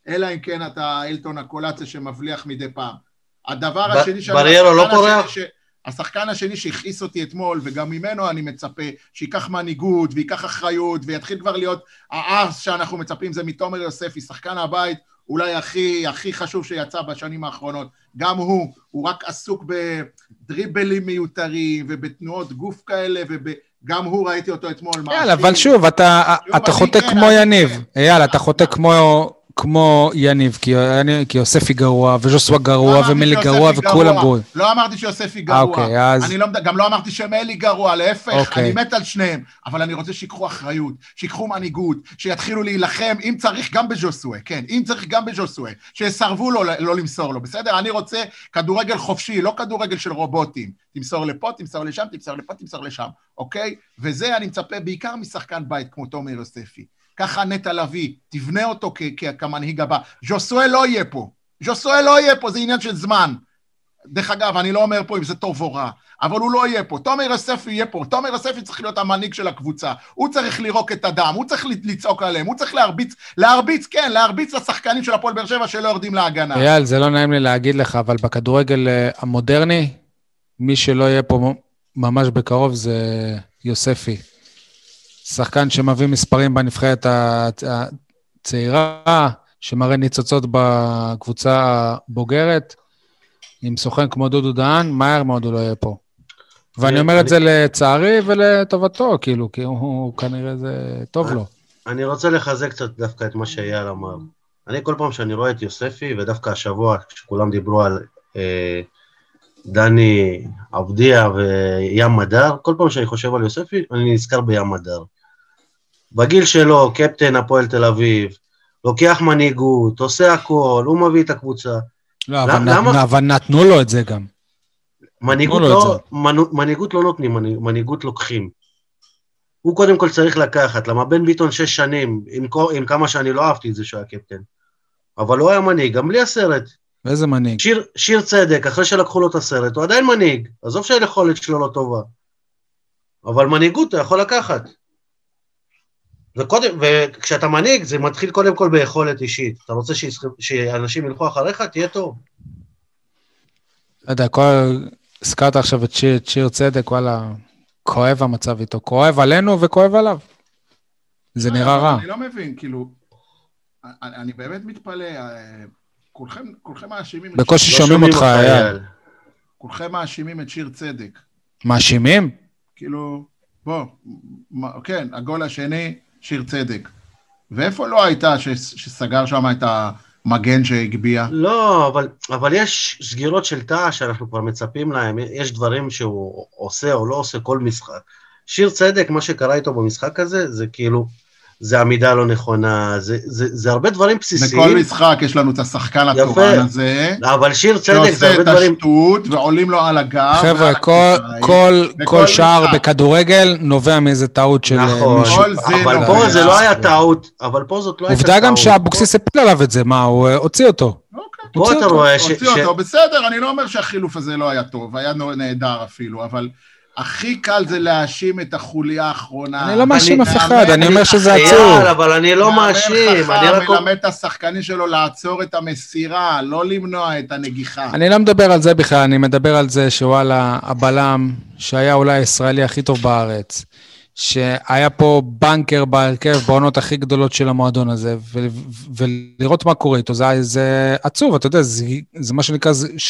אלא אם כן אתה אילטון הקולציה שמבליח מדי פעם. הדבר השני שאני... בריירו לא פורח? השחקן השני שהכעיס אותי אתמול, וגם ממנו אני מצפה, שיקח מנהיגות, ויקח אחריות, ויתחיל כבר להיות הארס שאנחנו מצפים, זה מתומר יוספי, שחקן הבית, אולי הכי, הכי חשוב שיצא בשנים האחרונות. גם הוא, הוא רק עסוק בדריבלים מיותרים, ובתנועות גוף כאלה, וגם הוא ראיתי אותו אתמול. יאללה, אבל שוב, אתה, אתה חוטא כמו יניב. יאללה, אתה חוטא כמו... כמו יניב, כי, כי יוספי גרוע, וז'וסווה גרוע, ומלי גרוע, וכולם גרועים. לא אמרתי שיוספי גרוע. אוקיי, אז... אני לא, גם לא אמרתי שמלי גרוע, להפך, אוקיי. אני מת על שניהם, אבל אני רוצה שיקחו אחריות, שיקחו מנהיגות, שיתחילו להילחם, אם צריך גם בז'וסווה, כן, אם צריך גם בז'וסווה, שיסרבו לו, לא למסור לו, בסדר? אני רוצה כדורגל חופשי, לא כדורגל של רובוטים. תמסור לפה, תמסור לשם, תמסור לפה, תמסור לשם, אוקיי? וזה אני מצפה בעיקר משחקן בית כמו תומר יוספי. ככה נטע לביא, תבנה אותו כמנהיג הבא. ז'וסווה לא יהיה פה. ז'וסווה לא יהיה פה, זה עניין של זמן. דרך אגב, אני לא אומר פה אם זה טוב או רע, אבל הוא לא יהיה פה. תומר יוספי יהיה פה. תומר יוספי צריך להיות המנהיג של הקבוצה. הוא צריך לירוק את הדם, הוא צריך לצעוק עליהם, הוא צריך להרביץ, להרביץ, כן, להרביץ לשחקנים של הפועל באר שבע שלא יורדים להגנה. אייל, זה לא נעים לי להגיד לך, אבל בכדורגל המודרני, מי שלא יהיה פה ממש בקרוב זה יוספי. שחקן שמביא מספרים בנבחרת הצעירה, שמראה ניצוצות בקבוצה הבוגרת, עם סוכן כמו דודו דהן, מהר מאוד הוא לא יהיה פה. ואני אומר את זה לצערי ולטובתו, כאילו, כי הוא כנראה זה טוב לו. אני רוצה לחזק קצת דווקא את מה שאייל אמר. אני כל פעם שאני רואה את יוספי, ודווקא השבוע, כשכולם דיברו על דני עבדיה וים מדר, כל פעם שאני חושב על יוספי, אני נזכר בים מדר. בגיל שלו, קפטן הפועל תל אביב, לוקח מנהיגות, עושה הכל, הוא מביא את הקבוצה. לא, אבל, למה... נ, אבל נתנו לו את זה גם. מנהיגות לא, מנהיגות לא נותנים, מנהיגות לוקחים. הוא קודם כל צריך לקחת, למה בן ביטון שש שנים, עם, עם כמה שאני לא אהבתי את זה שהוא היה קפטן. אבל הוא היה מנהיג, גם בלי הסרט. איזה מנהיג? שיר, שיר צדק, אחרי שלקחו לו את הסרט, הוא עדיין מנהיג. עזוב שהיכולת שלו לא טובה. אבל מנהיגות אתה יכול לקחת. וקודם, וכשאתה מנהיג, זה מתחיל קודם כל ביכולת אישית. אתה רוצה שאנשים ילכו אחריך, תהיה טוב. לא יודע, הזכרת עכשיו את שיר, שיר צדק, וואלה, כואב המצב איתו. כואב עלינו וכואב עליו. זה נראה רע. אני לא מבין, כאילו, אני באמת מתפלא, כולכם, כולכם מאשימים... בקושי שומעים אותך, אייל. כולכם מאשימים את שיר צדק. מאשימים? כאילו, בוא, כן, הגול השני, שיר צדק. ואיפה לא הייתה שסגר שם את המגן שהגביע? לא, אבל, אבל יש סגירות של תא שאנחנו כבר מצפים להם, יש דברים שהוא עושה או לא עושה כל משחק. שיר צדק, מה שקרה איתו במשחק הזה, זה כאילו, זה עמידה לא נכונה, זה, זה, זה הרבה דברים בסיסיים. בכל משחק יש לנו את השחקן התורן הזה, אבל שיר צדק זה הרבה דברים... שעושה את השטות ועולים לו על הגב. חבר'ה, כל, כל, כל שער בכדורגל נובע מאיזה טעות של נכון, מישהו. אבל פה זה לא היה טעות, אבל פה זאת לא הייתה טעות. עובדה גם שאבוקסיס הפיל עליו את זה, מה, הוא הוציא אותו. פה אתה רואה ש... הוציא אותו, בסדר, אני לא אומר שהחילוף הזה לא היה טוב, היה נהדר אפילו, אבל... הכי קל זה להאשים את החוליה האחרונה. אני לא מאשים אף אחד, אני אומר שזה עצוב. אבל אני לא מאשים. מאמן חכם מלמד את השחקנים שלו לעצור את המסירה, לא למנוע את הנגיחה. אני לא מדבר על זה בכלל, אני מדבר על זה שוואלה, הבלם, שהיה אולי הישראלי הכי טוב בארץ, שהיה פה בנקר בהרכב, בעונות הכי גדולות של המועדון הזה, ו- ולראות מה קורה איתו, זה, זה עצוב, אתה יודע, זה, זה מה שנקרא, ש-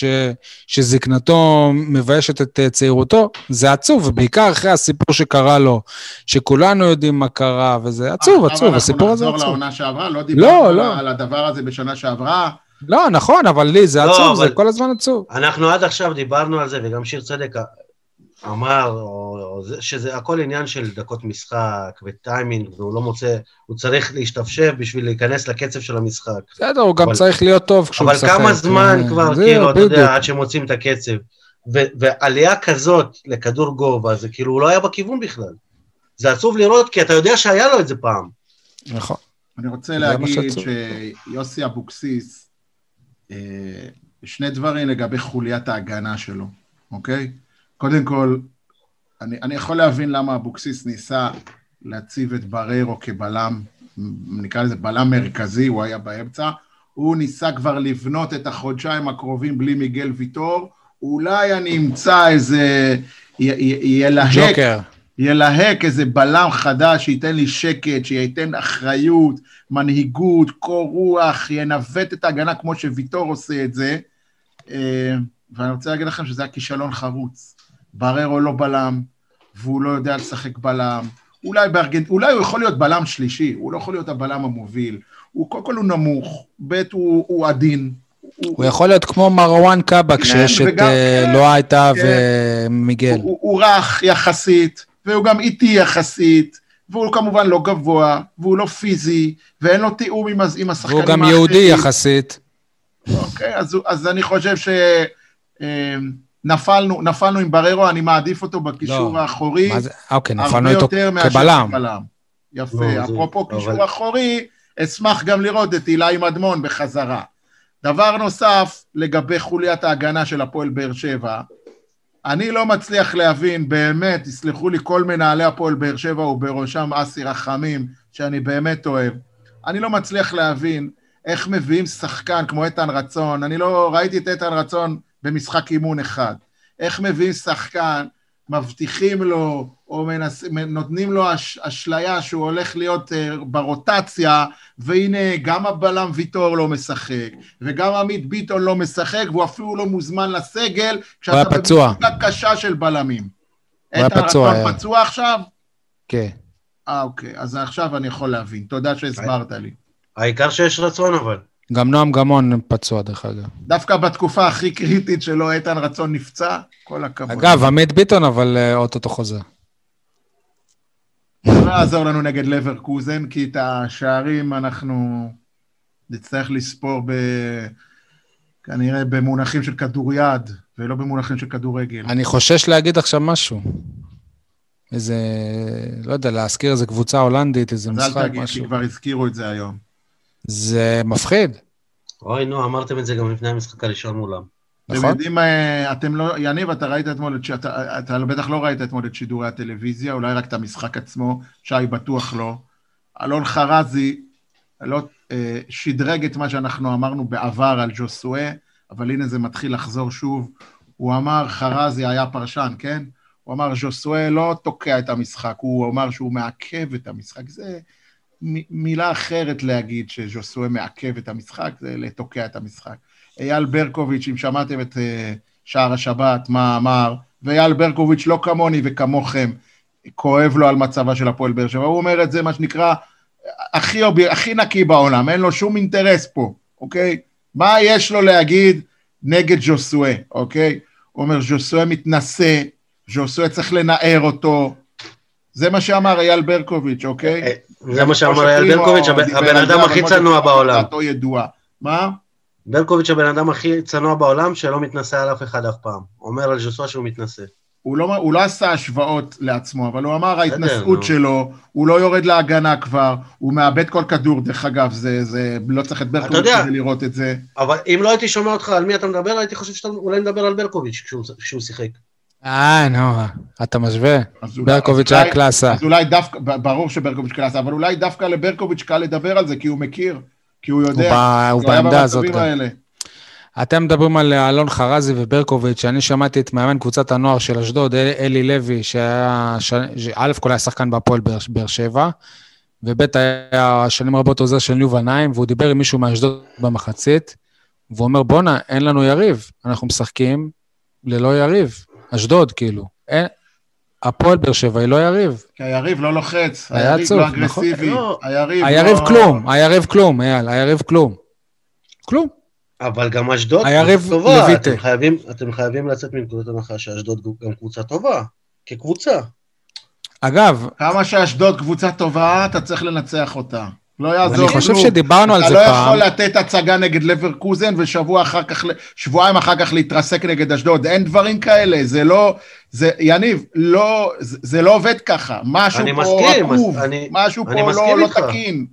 שזקנתו מביישת את צעירותו, זה עצוב, ובעיקר אחרי הסיפור שקרה לו, שכולנו יודעים מה קרה, וזה עצוב, עצוב, הסיפור הזה עצוב. אבל אנחנו נחזור לעונה שעברה, לא דיברנו לא, על הדבר הזה בשנה שעברה. לא, נכון, אבל לי זה עצוב, לא, זה כל הזמן עצוב. אנחנו עד עכשיו דיברנו על זה, וגם שיר צדק אמר, או, או, שזה הכל עניין של דקות משחק וטיימינג, והוא לא מוצא, הוא צריך להשתפשף בשביל להיכנס לקצב של המשחק. בסדר, הוא גם אבל, צריך להיות טוב כשהוא משחק. אבל כמה זמן הוא... כבר, כאילו, אתה יודע, עד שמוצאים את הקצב. ו- ועלייה כזאת לכדור גובה, זה כאילו, הוא לא היה בכיוון בכלל. זה עצוב לראות, כי אתה יודע שהיה לו את זה פעם. נכון. אני רוצה להגיד שיוסי אבוקסיס, אה, שני דברים לגבי חוליית ההגנה שלו, אוקיי? קודם כל, אני, אני יכול להבין למה אבוקסיס ניסה להציב את בריירו כבלם, נקרא לזה בלם מרכזי, הוא היה באמצע, הוא ניסה כבר לבנות את החודשיים הקרובים בלי מיגל ויטור, אולי אני אמצא איזה, י, י, ילהק, ג'וקר. ילהק איזה בלם חדש, שייתן לי שקט, שייתן אחריות, מנהיגות, קור רוח, ינווט את ההגנה כמו שוויטור עושה את זה, ואני רוצה להגיד לכם שזה היה כישלון חרוץ, בררו לא בלם, והוא לא יודע לשחק בלם, אולי, בארגנט... אולי הוא יכול להיות בלם שלישי, הוא לא יכול להיות הבלם המוביל, הוא קודם כל הוא נמוך, ב' הוא, הוא עדין. הוא, הוא יכול להיות כמו מרואן קאבה, כשיש את כן, לא הייתה כן. ומיגל. הוא, הוא רך יחסית, והוא גם איטי יחסית, והוא כמובן לא גבוה, והוא לא פיזי, ואין לו תיאום עם, עם השחקנים. והוא גם יהודי יחסית. אוקיי, אז, אז אני חושב ש... נפלנו, נפלנו עם בררו, אני מעדיף אותו בקישור לא. האחורי, אוקיי, נפלנו איתו כבלם. יפה, לא, אפרופו זה... קישור אבל... אחורי, אשמח גם לראות את אילי מדמון בחזרה. דבר נוסף, לגבי חוליית ההגנה של הפועל באר שבע, אני לא מצליח להבין, באמת, תסלחו לי כל מנהלי הפועל באר שבע, ובראשם אסי רחמים, שאני באמת אוהב, אני לא מצליח להבין איך מביאים שחקן כמו איתן רצון, אני לא ראיתי את איתן רצון, במשחק אימון אחד. איך מביאים שחקן, מבטיחים לו, או מנס, נותנים לו אש, אשליה שהוא הולך להיות uh, ברוטציה, והנה גם הבלם ויטור לא משחק, וגם עמית ביטון לא משחק, והוא אפילו לא מוזמן לסגל, כשאתה במשחק קשה של בלמים. הוא היה פצוע. אתה פצוע עכשיו? כן. אה, אוקיי, אז עכשיו אני יכול להבין. תודה שהסברת לי. העיקר שיש רצון אבל. גם נועם גמון פצוע דרך אגב. דווקא בתקופה הכי קריטית שלו, איתן רצון נפצע, כל הכבוד. אגב, עמית ביטון, אבל אוטוטו חוזר. לא יעזור לנו נגד לברקוזן, כי את השערים אנחנו נצטרך לספור ב... כנראה במונחים של כדוריד, ולא במונחים של כדורגל. אני חושש להגיד עכשיו משהו. איזה, לא יודע, להזכיר איזה קבוצה הולנדית, איזה משחק, משהו. אז אל תגיד, כי כבר הזכירו את זה היום. זה מפחיד. אוי, נו, אמרתם את זה גם לפני המשחק הראשון מולם. נכון? אתם יודעים, אתם לא, יניב, אתה ראית אתמול, אתה, אתה בטח לא ראית אתמול את שידורי הטלוויזיה, אולי רק את המשחק עצמו, שי בטוח לא. אלון חרזי לא אה, שדרג את מה שאנחנו אמרנו בעבר על ג'וסואה, אבל הנה זה מתחיל לחזור שוב. הוא אמר, חרזי היה פרשן, כן? הוא אמר, ג'וסואה לא תוקע את המשחק, הוא אמר שהוא מעכב את המשחק, זה... מילה אחרת להגיד שז'וסואה מעכב את המשחק, זה לתוקע את המשחק. אייל ברקוביץ', אם שמעתם את שער השבת, מה אמר, ואייל ברקוביץ' לא כמוני וכמוכם, כואב לו על מצבה של הפועל באר שבע, הוא אומר את זה מה שנקרא, הכי, הכי נקי בעולם, אין לו שום אינטרס פה, אוקיי? מה יש לו להגיד נגד ז'וסואה, אוקיי? הוא אומר, ז'וסואה מתנשא, ז'וסואה צריך לנער אותו, זה מה שאמר אייל ברקוביץ', אוקיי? זה מה שאמר אייל ברקוביץ', הבן אדם הכי צנוע בעולם. מה? ברקוביץ' הבן אדם הכי צנוע בעולם, שלא מתנסה על אף אחד אף פעם. הוא אומר על ז'וסואה שהוא מתנסה. הוא לא, הוא לא עשה השוואות לעצמו, אבל הוא אמר ההתנסות שלו, הוא לא יורד להגנה כבר, הוא מאבד כל כדור, דרך אגב, זה, זה, לא צריך את ברקוביץ' כדי לראות את זה. אבל אם לא הייתי שומע אותך על מי אתה מדבר, הייתי חושב שאתה אולי מדבר על ברקוביץ' כשהוא, כשהוא שיחק. אה, נו, אתה משווה. ברקוביץ' היה קלאסה. אז אולי דווקא, ברור שברקוביץ' קלאסה, אבל אולי דווקא לברקוביץ' קל לדבר על זה, כי הוא מכיר, כי הוא יודע. הוא בעמדה הזאת גם. אתם מדברים על אלון חרזי וברקוביץ', שאני שמעתי את מאמן קבוצת הנוער של אשדוד, אלי לוי, שהיה, א' כל היה שחקן בהפועל באר שבע, וב' היה שנים רבות עוזר של יובל נעים, והוא דיבר עם מישהו מאשדוד במחצית, והוא אומר, בונה, אין לנו יריב, אנחנו משחקים ללא יריב. אשדוד, כאילו. הפועל באר שבע היא לא יריב. כי היריב לא לוחץ, היריב לא אגרסיבי. היריב כלום, היריב כלום, אייל, היריב כלום. כלום. אבל גם אשדוד טובה, אתם חייבים לצאת מנקודת הנחה שאשדוד גם קבוצה טובה, כקבוצה. אגב, כמה שאשדוד קבוצה טובה, אתה צריך לנצח אותה. לא יעזור. אני חושב שדיברנו על זה פעם. אתה לא יכול לתת הצגה נגד לברקוזן, ושבוע אחר כך, שבועיים אחר כך להתרסק נגד אשדוד. אין דברים כאלה, זה לא, זה, יניב, לא, זה, זה לא עובד ככה. משהו פה עקוב, משהו פה לא, לא תקין.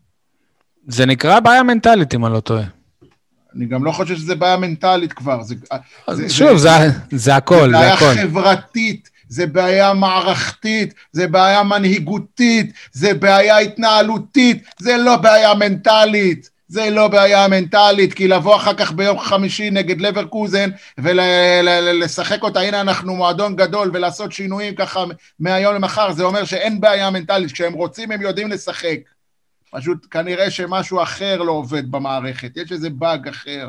זה נקרא בעיה מנטלית, אם אני לא טועה. אני גם לא חושב שזה בעיה מנטלית כבר. זה, זה, שוב, זה, זה, זה הכל, זה, זה הכל. בעיה חברתית. זה בעיה מערכתית, זה בעיה מנהיגותית, זה בעיה התנהלותית, זה לא בעיה מנטלית. זה לא בעיה מנטלית, כי לבוא אחר כך ביום חמישי נגד לברקוזן, ולשחק אותה, הנה אנחנו מועדון גדול, ולעשות שינויים ככה מהיום למחר, זה אומר שאין בעיה מנטלית, כשהם רוצים הם יודעים לשחק. פשוט כנראה שמשהו אחר לא עובד במערכת, יש איזה באג אחר.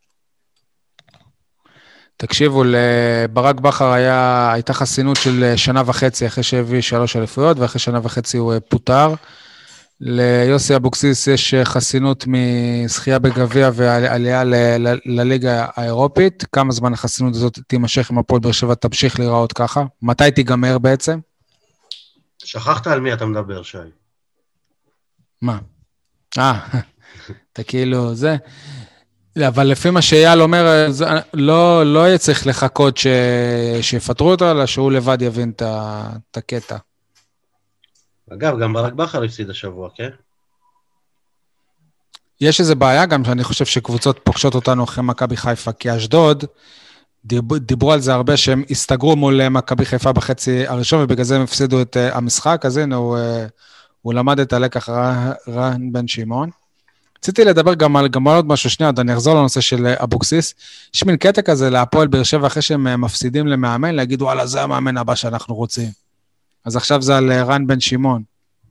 תקשיבו, לברק בכר היה, הייתה חסינות של שנה וחצי, אחרי שהביא שלוש אליפויות, ואחרי שנה וחצי הוא פוטר. ליוסי אבוקסיס יש חסינות משחייה בגביע ועלייה לליגה האירופית. כמה זמן החסינות הזאת תימשך עם הפועל באר שבע, תמשיך להיראות ככה? מתי תיגמר בעצם? שכחת על מי אתה מדבר, שי. מה? אה, אתה כאילו, זה... אבל לפי מה שאייל אומר, לא, לא יהיה צריך לחכות ש... שיפטרו אותו, אלא שהוא לבד יבין את הקטע. אגב, גם ברק בכר הפסיד השבוע, כן? יש איזו בעיה גם שאני חושב שקבוצות פוגשות אותנו אחרי מכבי חיפה, כי אשדוד, דיב, דיברו על זה הרבה שהם הסתגרו מול מכבי חיפה בחצי הראשון, ובגלל זה הם הפסידו את uh, המשחק, אז הנה הוא, uh, הוא למד את הלקח רן בן שמעון. רציתי לדבר גם על, גם על עוד משהו שנייה, אני אחזור לנושא של אבוקסיס. יש מין קטע כזה להפועל באר שבע אחרי שהם מפסידים למאמן, להגיד וואלה זה המאמן הבא שאנחנו רוצים. אז עכשיו זה על רן בן שמעון.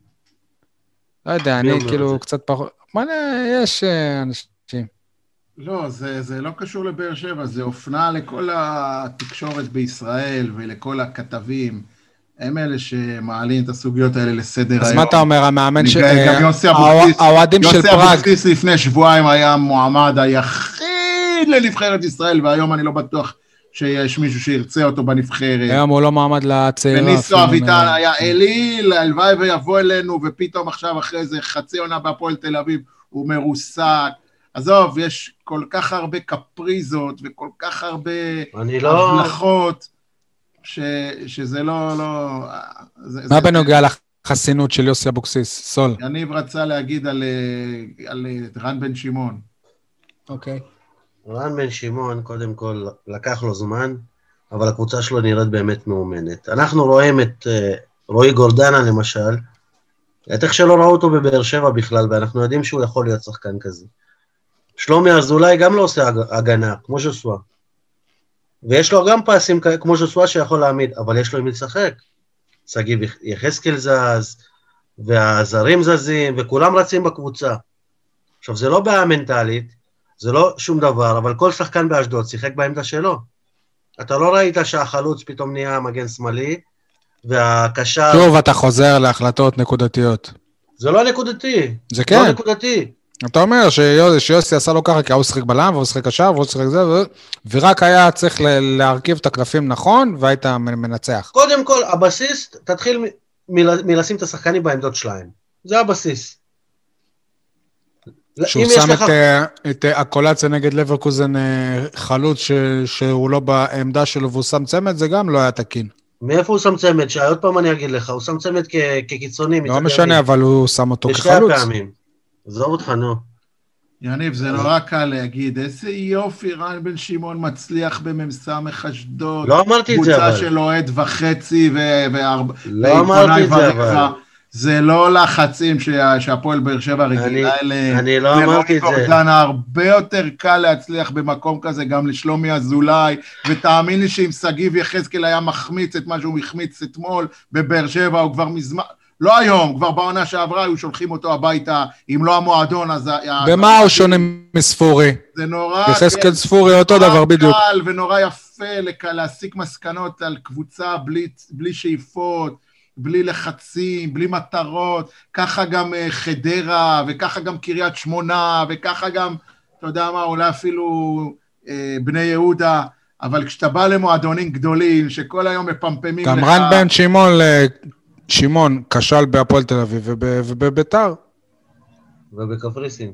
לא יודע, אני כאילו קצת פחות... מה יש אנשים? לא, זה, זה לא קשור לבאר שבע, זה אופנה לכל התקשורת בישראל ולכל הכתבים. הם אלה שמעלים את הסוגיות האלה לסדר היום. אז מה אתה אומר, המאמן של... גם יוסי אבוקסיס, יוסי אבוקסיס לפני שבועיים היה מועמד היחיד לנבחרת ישראל, והיום אני לא בטוח שיש מישהו שירצה אותו בנבחרת. היום הוא לא מעמד לצעירה. וניסו אביטל היה אליל, הלוואי ויבוא אלינו, ופתאום עכשיו אחרי זה חצי עונה בהפועל תל אביב, הוא מרוסק. עזוב, יש כל כך הרבה קפריזות, וכל כך הרבה הבלחות, ש, שזה לא... לא זה, מה זה, בנוגע לחסינות של יוסי אבוקסיס? סול. יניב רצה להגיד על, על רן בן שמעון. אוקיי. רן בן שמעון, קודם כל, לקח לו זמן, אבל הקבוצה שלו נראית באמת מאומנת. אנחנו רואים את uh, רועי גורדנה, למשל, את איך שלא ראו אותו בבאר שבע בכלל, ואנחנו יודעים שהוא יכול להיות שחקן כזה. שלומי אזולאי גם לא עושה הגנה, כמו ז'וסווה. ויש לו גם פסים כמו ז'וסווה שיכול להעמיד, אבל יש לו עם לשחק. שגיב יחזקאל זז, והזרים זזים, וכולם רצים בקבוצה. עכשיו, זה לא בעיה מנטלית, זה לא שום דבר, אבל כל שחקן באשדוד שיחק בעמדה שלו. אתה לא ראית שהחלוץ פתאום נהיה מגן שמאלי, והקשר... שוב, אתה חוזר להחלטות נקודתיות. זה לא נקודתי. זה כן. לא נקודתי. אתה אומר שיוסי עשה לו ככה, כי הוא שחק בלם, והוא שחק קשר, והוא שחק זה, ורק היה צריך להרכיב את הקלפים נכון, והיית מנצח. קודם כל, הבסיס, תתחיל מלשים את השחקנים בעמדות שלהם. זה הבסיס. שהוא שם לך... את, את הקולציה נגד לברקוזן חלוץ ש, שהוא לא בעמדה שלו, והוא שם צמד, זה גם לא היה תקין. מאיפה הוא שם צמד? שעוד פעם אני אגיד לך, הוא שם צמד כ, כקיצוני. לא משנה, אבל הוא שם אותו כחלוץ. בשתי הפעמים. עזוב אותך, נו. יניב, זה נורא קל להגיד, איזה יופי, רן בן שמעון מצליח בממסמך אשדוד. לא אמרתי את זה, אבל. קבוצה של אוהד וחצי וארבע... לא אמרתי את זה, אבל. זה לא לחצים שהפועל באר שבע רגילה אליהם. אני לא אמרתי את זה. זה הרבה יותר קל להצליח במקום כזה, גם לשלומי אזולאי, ותאמין לי שאם שגיב יחזקאל היה מחמיץ את מה שהוא מחמיץ אתמול, בבאר שבע הוא כבר מזמן... לא היום, כבר בעונה שעברה, היו שולחים אותו הביתה, אם לא המועדון, אז... במה הוא שונה מספורי? זה נורא... יחזקאל ספורי אותו דבר בדיוק. קל ונורא יפה להסיק מסקנות על קבוצה בלי שאיפות, בלי לחצים, בלי מטרות, ככה גם חדרה, וככה גם קריית שמונה, וככה גם, אתה יודע מה, אולי אפילו בני יהודה, אבל כשאתה בא למועדונים גדולים, שכל היום מפמפמים לך... גם רן בן שמעון... שמעון כשל בהפועל תל אביב ובביתר. ובקפריסין.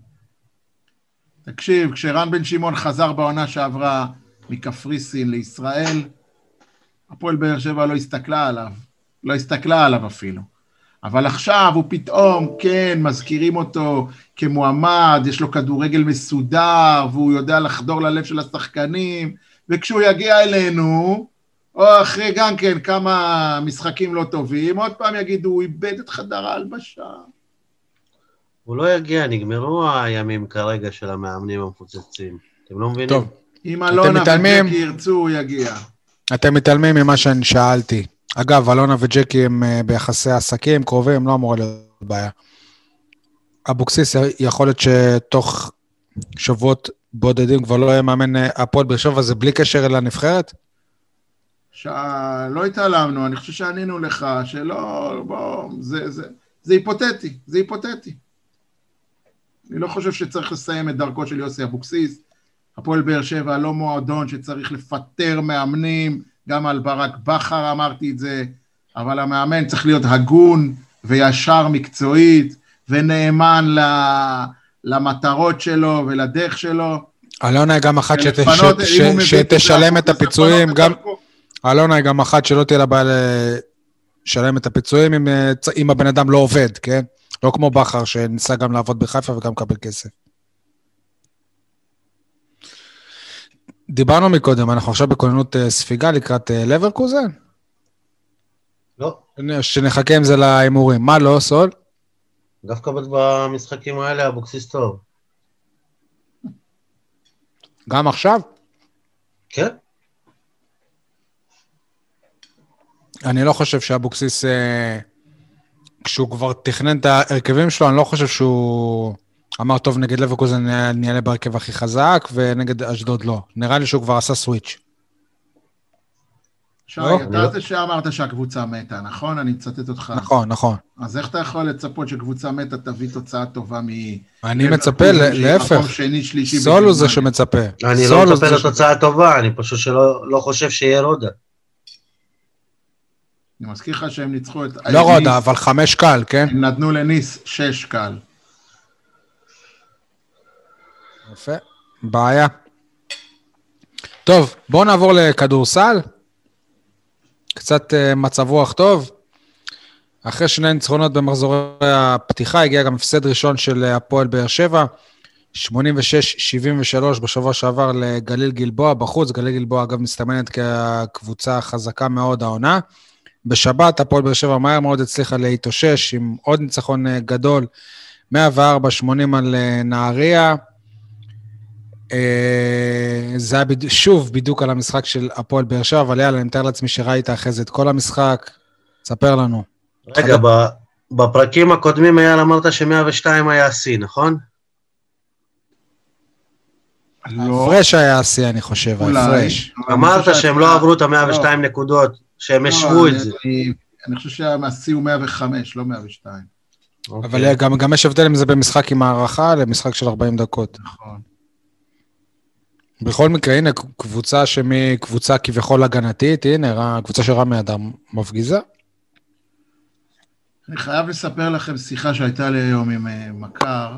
תקשיב, כשרן בן שמעון חזר בעונה שעברה מקפריסין לישראל, הפועל באר שבע לא הסתכלה עליו, לא הסתכלה עליו אפילו. אבל עכשיו הוא פתאום, כן, מזכירים אותו כמועמד, יש לו כדורגל מסודר, והוא יודע לחדור ללב של השחקנים, וכשהוא יגיע אלינו, או אחרי גם כן כמה משחקים לא טובים, עוד פעם יגידו, הוא איבד את חדר ההלבשה. הוא לא יגיע, נגמרו הימים כרגע של המאמנים המפוצצים. אתם לא מבינים? טוב. אם אלונה וג'קי ירצו, הוא יגיע. אתם מתעלמים ממה שאני שאלתי. אגב, אלונה וג'קי הם ביחסי עסקים, קרובים, לא אמורה להיות בעיה. אבוקסיס יכול להיות שתוך שבועות בודדים כבר לא יהיה מאמן הפועל באר שבע, זה בלי קשר אל הנבחרת? לא התעלמנו, אני חושב שענינו לך, שלא, בוא, זה, זה, זה היפותטי, זה היפותטי. אני לא חושב שצריך לסיים את דרכו של יוסי אבוקסיס, הפועל באר שבע לא מועדון שצריך לפטר מאמנים, גם על ברק בכר אמרתי את זה, אבל המאמן צריך להיות הגון וישר מקצועית, ונאמן למטרות שלו ולדרך שלו. אלונה היא גם אחת שתשלם את הפיצויים, אלונה היא גם אחת שלא תהיה לה בעיה לשלם את הפיצויים אם הבן אדם לא עובד, כן? לא כמו בכר שניסה גם לעבוד בחיפה וגם לקבל כסף. דיברנו מקודם, אנחנו עכשיו בכוננות ספיגה לקראת לברקוזן? לא. שנחכה עם זה לאימורים. מה לא, סול? דווקא במשחקים האלה אבוקסיס טוב. גם עכשיו? כן. אני לא חושב שאבוקסיס, כשהוא כבר תכנן את ההרכבים שלו, אני לא חושב שהוא אמר טוב נגד לברקוזן נהיה בהרכב הכי חזק, ונגד אשדוד לא. נראה לי שהוא כבר עשה סוויץ'. שי, אתה זה שאמרת שהקבוצה מתה, נכון? אני מצטט אותך. נכון, נכון. אז איך אתה יכול לצפות שקבוצה מתה תביא תוצאה טובה מ... אני מצפה, להפך. סול הוא זה שמצפה. אני לא מצפה לתוצאה טובה, אני פשוט שלא חושב שיהיה רודה. אני מזכיר לך שהם ניצחו את... לא רודה, אבל חמש קל, כן? הם נתנו לניס שש קל. יפה, בעיה. טוב, בואו נעבור לכדורסל. קצת מצב רוח טוב. אחרי שני ניצחונות במחזורי הפתיחה, הגיע גם הפסד ראשון של הפועל באר שבע, שמונים ושש שבעים ושלוש בשבוע שעבר לגליל גלבוע בחוץ. גליל גלבוע אגב מסתמנת כקבוצה חזקה מאוד העונה. בשבת הפועל באר שבע מהר מאוד הצליחה להתאושש עם עוד ניצחון גדול, מאה וארבע שמונים על נהריה. זה היה שוב בדיוק על המשחק של הפועל באר שבע, אבל יאללה, אני מתאר לעצמי שראית אחרי זה את כל המשחק, תספר לנו. רגע, בפרקים הקודמים היה אמרת ש-מאה ושתיים היה השיא, נכון? הפרש היה השיא, אני חושב, הפרש. אמרת שהם לא עברו את ה-מאה ושתיים נקודות, שהם השוו את זה. אני חושב שהשיא הוא מאה וחמש, לא מאה ושתיים. אבל גם יש הבדל אם זה במשחק עם הערכה, למשחק של ארבעים דקות. נכון. בכל מקרה, הנה, קבוצה שמקבוצה כביכול הגנתית, הנה, הקבוצה של רמי אדם מפגיזה. אני חייב לספר לכם שיחה שהייתה לי היום עם מכר,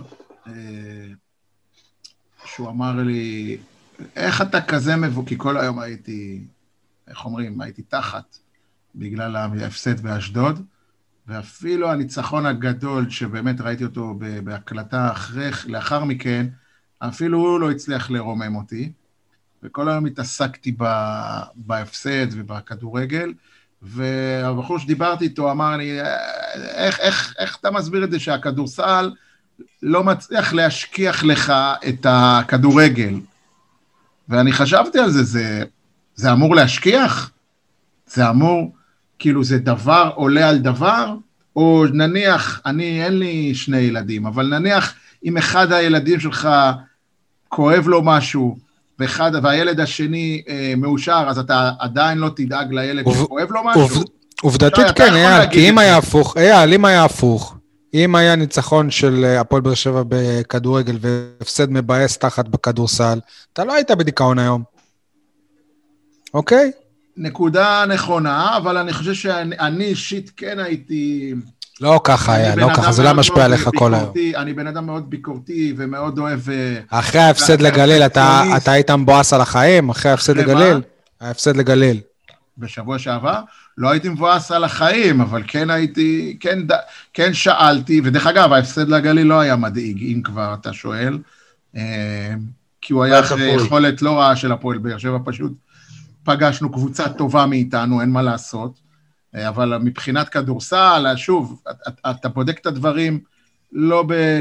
שהוא אמר לי, איך אתה כזה מבוא, כי כל היום הייתי, איך אומרים, הייתי תחת, בגלל ההפסד באשדוד, ואפילו הניצחון הגדול, שבאמת ראיתי אותו בהקלטה אחרי, לאחר מכן, אפילו הוא לא הצליח לרומם אותי, וכל היום התעסקתי בהפסד ובכדורגל, והבחור שדיברתי איתו אמר לי, איך, איך, איך אתה מסביר את זה שהכדורסל לא מצליח להשכיח לך את הכדורגל? ואני חשבתי על זה, זה, זה אמור להשכיח? זה אמור, כאילו זה דבר עולה על דבר? או נניח, אני אין לי שני ילדים, אבל נניח אם אחד הילדים שלך כואב לו משהו, ואחד, והילד השני אה, מאושר, אז אתה עדיין לא תדאג לילד שכואב לו משהו? עובדתית כן, אייל, כי אם היה הפוך, אייל, אם היה הפוך, אם היה ניצחון של הפועל באר שבע בכדורגל, והפסד מבאס תחת בכדורסל, אתה לא היית בדיכאון היום. אוקיי? נקודה נכונה, אבל אני חושב שאני אישית כן הייתי... לא ככה היה, לא ככה, זה לא משפיע עליך כל היום. אני בן אדם מאוד ביקורתי ומאוד אוהב... אחרי ההפסד לגליל, אתה היית מבואס על החיים? אחרי ההפסד לגליל? ההפסד לגליל. בשבוע שעבר? לא הייתי מבואס על החיים, אבל כן הייתי, כן שאלתי, ודרך אגב, ההפסד לגליל לא היה מדאיג, אם כבר אתה שואל, כי הוא היה אחרי יכולת לא רעה של הפועל באר שבע, פשוט פגשנו קבוצה טובה מאיתנו, אין מה לעשות. אבל מבחינת כדורסל, שוב, אתה בודק את הדברים לא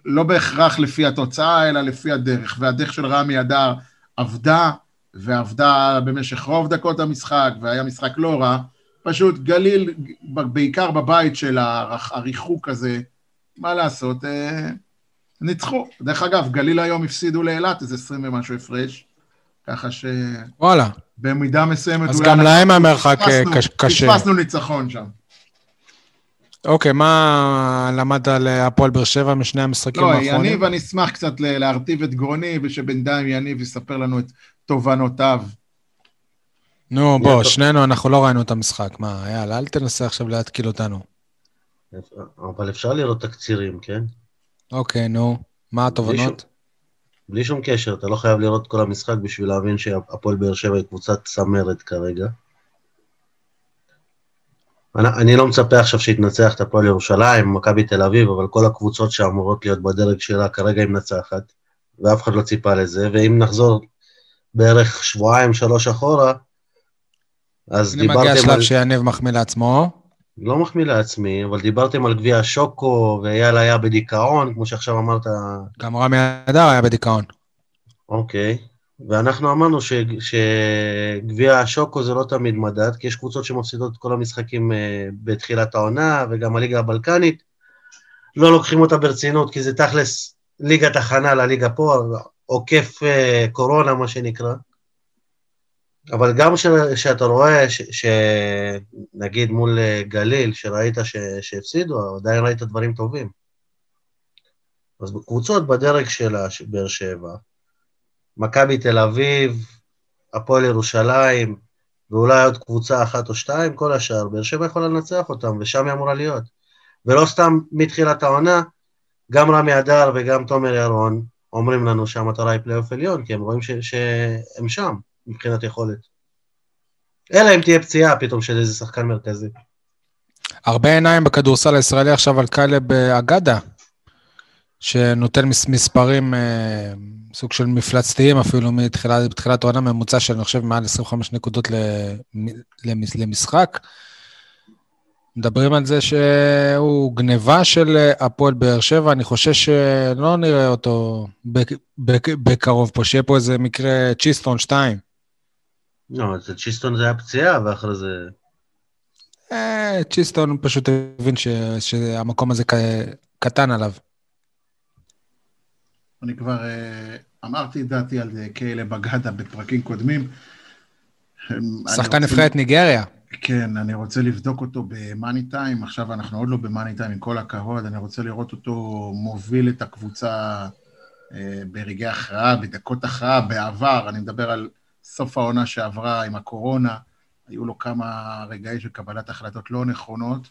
לא בהכרח לפי התוצאה, אלא לפי הדרך, והדרך של רמי אדר עבדה, ועבדה במשך רוב דקות המשחק, והיה משחק לא רע, פשוט גליל, בעיקר בבית של הריחוק הזה, מה לעשות, ניצחו. דרך אגב, גליל היום הפסידו לאילת, איזה עשרים ומשהו הפרש, ככה ש... וואלה. במידה מסוימת... אז גם להם המרחק קשה. פספסנו ניצחון שם. אוקיי, מה למד על הפועל באר שבע משני המשחקים האחרונים? לא, יניב, אני אשמח קצת להרטיב את גרוני, ושבינתיים יניב יספר לנו את תובנותיו. נו, בוא, שנינו, אנחנו לא ראינו את המשחק. מה, יאללה, אל תנסה עכשיו להתקיל אותנו. אבל אפשר לראות תקצירים, כן? אוקיי, נו, מה התובנות? בלי שום קשר, אתה לא חייב לראות כל המשחק בשביל להבין שהפועל באר שבע היא קבוצת צמרת כרגע. אני, אני לא מצפה עכשיו שהתנצח את הפועל ירושלים, מכבי תל אביב, אבל כל הקבוצות שאמורות להיות בדרג שלה כרגע היא מנצחת, ואף אחד לא ציפה לזה, ואם נחזור בערך שבועיים, שלוש אחורה, אז דיברתם על... אני מגיע שלב שיניב מחמיא לעצמו. לא מחמיא לעצמי, אבל דיברתם על גביע השוקו, ואייל היה בדיכאון, כמו שעכשיו אמרת... גם רמי אדר היה בדיכאון. אוקיי, ואנחנו אמרנו שגביע השוקו זה לא תמיד מדד, כי יש קבוצות שמפסידות את כל המשחקים בתחילת העונה, וגם הליגה הבלקנית, לא לוקחים אותה ברצינות, כי זה תכלס ליגת הכנה לליגה פה, עוקף קורונה, מה שנקרא. אבל גם ש, שאתה רואה, ש, שנגיד מול גליל, שראית ש, שהפסידו, עדיין ראית דברים טובים. אז קבוצות בדרג שלה, באר שבע, מכבי תל אביב, הפועל ירושלים, ואולי עוד קבוצה אחת או שתיים, כל השאר, באר שבע יכולה לנצח אותם, ושם היא אמורה להיות. ולא סתם מתחילת העונה, גם רמי אדר וגם תומר ירון, אומרים לנו שהמטרה היא פלייאוף עליון, כי הם רואים ש, שהם שם. מבחינת יכולת. אלא אם תהיה פציעה פתאום של איזה שחקן מרכזי. הרבה עיניים בכדורסל הישראלי עכשיו על קלב אגדה, שנותן מספרים, סוג של מפלצתיים אפילו מתחילת, בתחילת העונה ממוצע של אני חושב מעל עשרים וחמש נקודות למשחק. מדברים על זה שהוא גניבה של הפועל באר שבע, אני חושב שלא נראה אותו בקרוב פה, שיהיה פה איזה מקרה צ'יסטון שתיים. לא, זה צ'יסטון זה היה פציעה, ואחרי זה... אה, צ'יסטון פשוט הבין שהמקום הזה קטן עליו. אני כבר אמרתי את דעתי על כאלה בגדה בפרקים קודמים. שחקן נבחרת ניגריה. כן, אני רוצה לבדוק אותו במאני טיים, עכשיו אנחנו עוד לא במאני טיים, עם כל הכבוד, אני רוצה לראות אותו מוביל את הקבוצה ברגעי הכרעה, בדקות הכרעה, בעבר, אני מדבר על סוף העונה שעברה עם הקורונה, היו לו כמה רגעי של קבלת החלטות לא נכונות,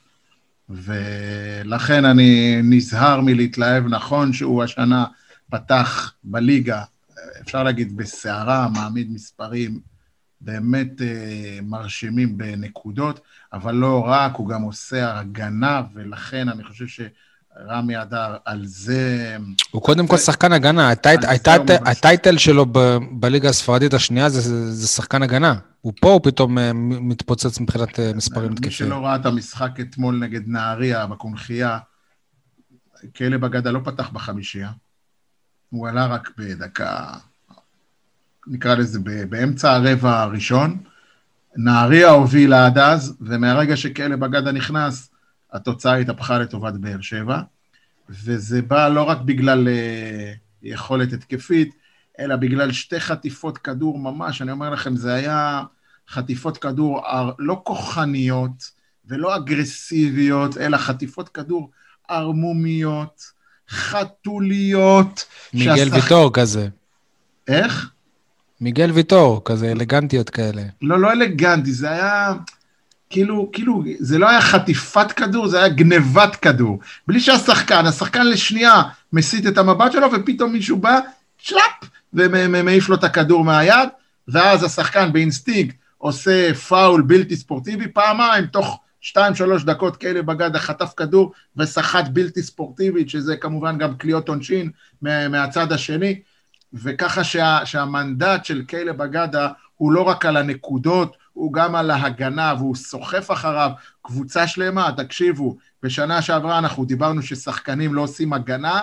ולכן אני נזהר מלהתלהב, נכון שהוא השנה פתח בליגה, אפשר להגיד בסערה, מעמיד מספרים, באמת uh, מרשימים בנקודות, אבל לא רק, הוא גם עושה הגנה, ולכן אני חושב שרמי אדר על זה... הוא קודם כל שחקן הגנה, הטייטל שלו בליגה הספרדית השנייה זה, זה שחקן הגנה. הוא פה, הוא פתאום uh, מתפוצץ מבחינת uh, מספרים תקפים. מי שלא ראה את המשחק אתמול נגד נהריה בקונחייה, כלב אגדה לא פתח בחמישייה, הוא עלה רק בדקה... נקרא לזה באמצע הרבע הראשון, נהריה הובילה עד אז, ומהרגע שכלב אגדה נכנס, התוצאה התהפכה לטובת באר שבע, וזה בא לא רק בגלל uh, יכולת התקפית, אלא בגלל שתי חטיפות כדור ממש, אני אומר לכם, זה היה חטיפות כדור לא כוחניות, ולא אגרסיביות, אלא חטיפות כדור ארמומיות, חתוליות. מיגל שהשח... ויטור כזה. איך? מיגל ויטור, כזה אלגנטיות כאלה. לא, לא אלגנטי, זה היה, כאילו, כאילו, זה לא היה חטיפת כדור, זה היה גנבת כדור. בלי שהשחקן, השחקן לשנייה מסית את המבט שלו, ופתאום מישהו בא, שלאפ, ומעיף לו את הכדור מהיד, ואז השחקן באינסטינקט עושה פאול בלתי ספורטיבי, פעמיים, תוך שתיים, שלוש דקות כאלה בגדה חטף כדור, ושחט בלתי ספורטיבית, שזה כמובן גם קליעות עונשין מהצד השני, וככה שה, שהמנדט של קלב אגדה הוא לא רק על הנקודות, הוא גם על ההגנה, והוא סוחף אחריו קבוצה שלמה. תקשיבו, בשנה שעברה אנחנו דיברנו ששחקנים לא עושים הגנה,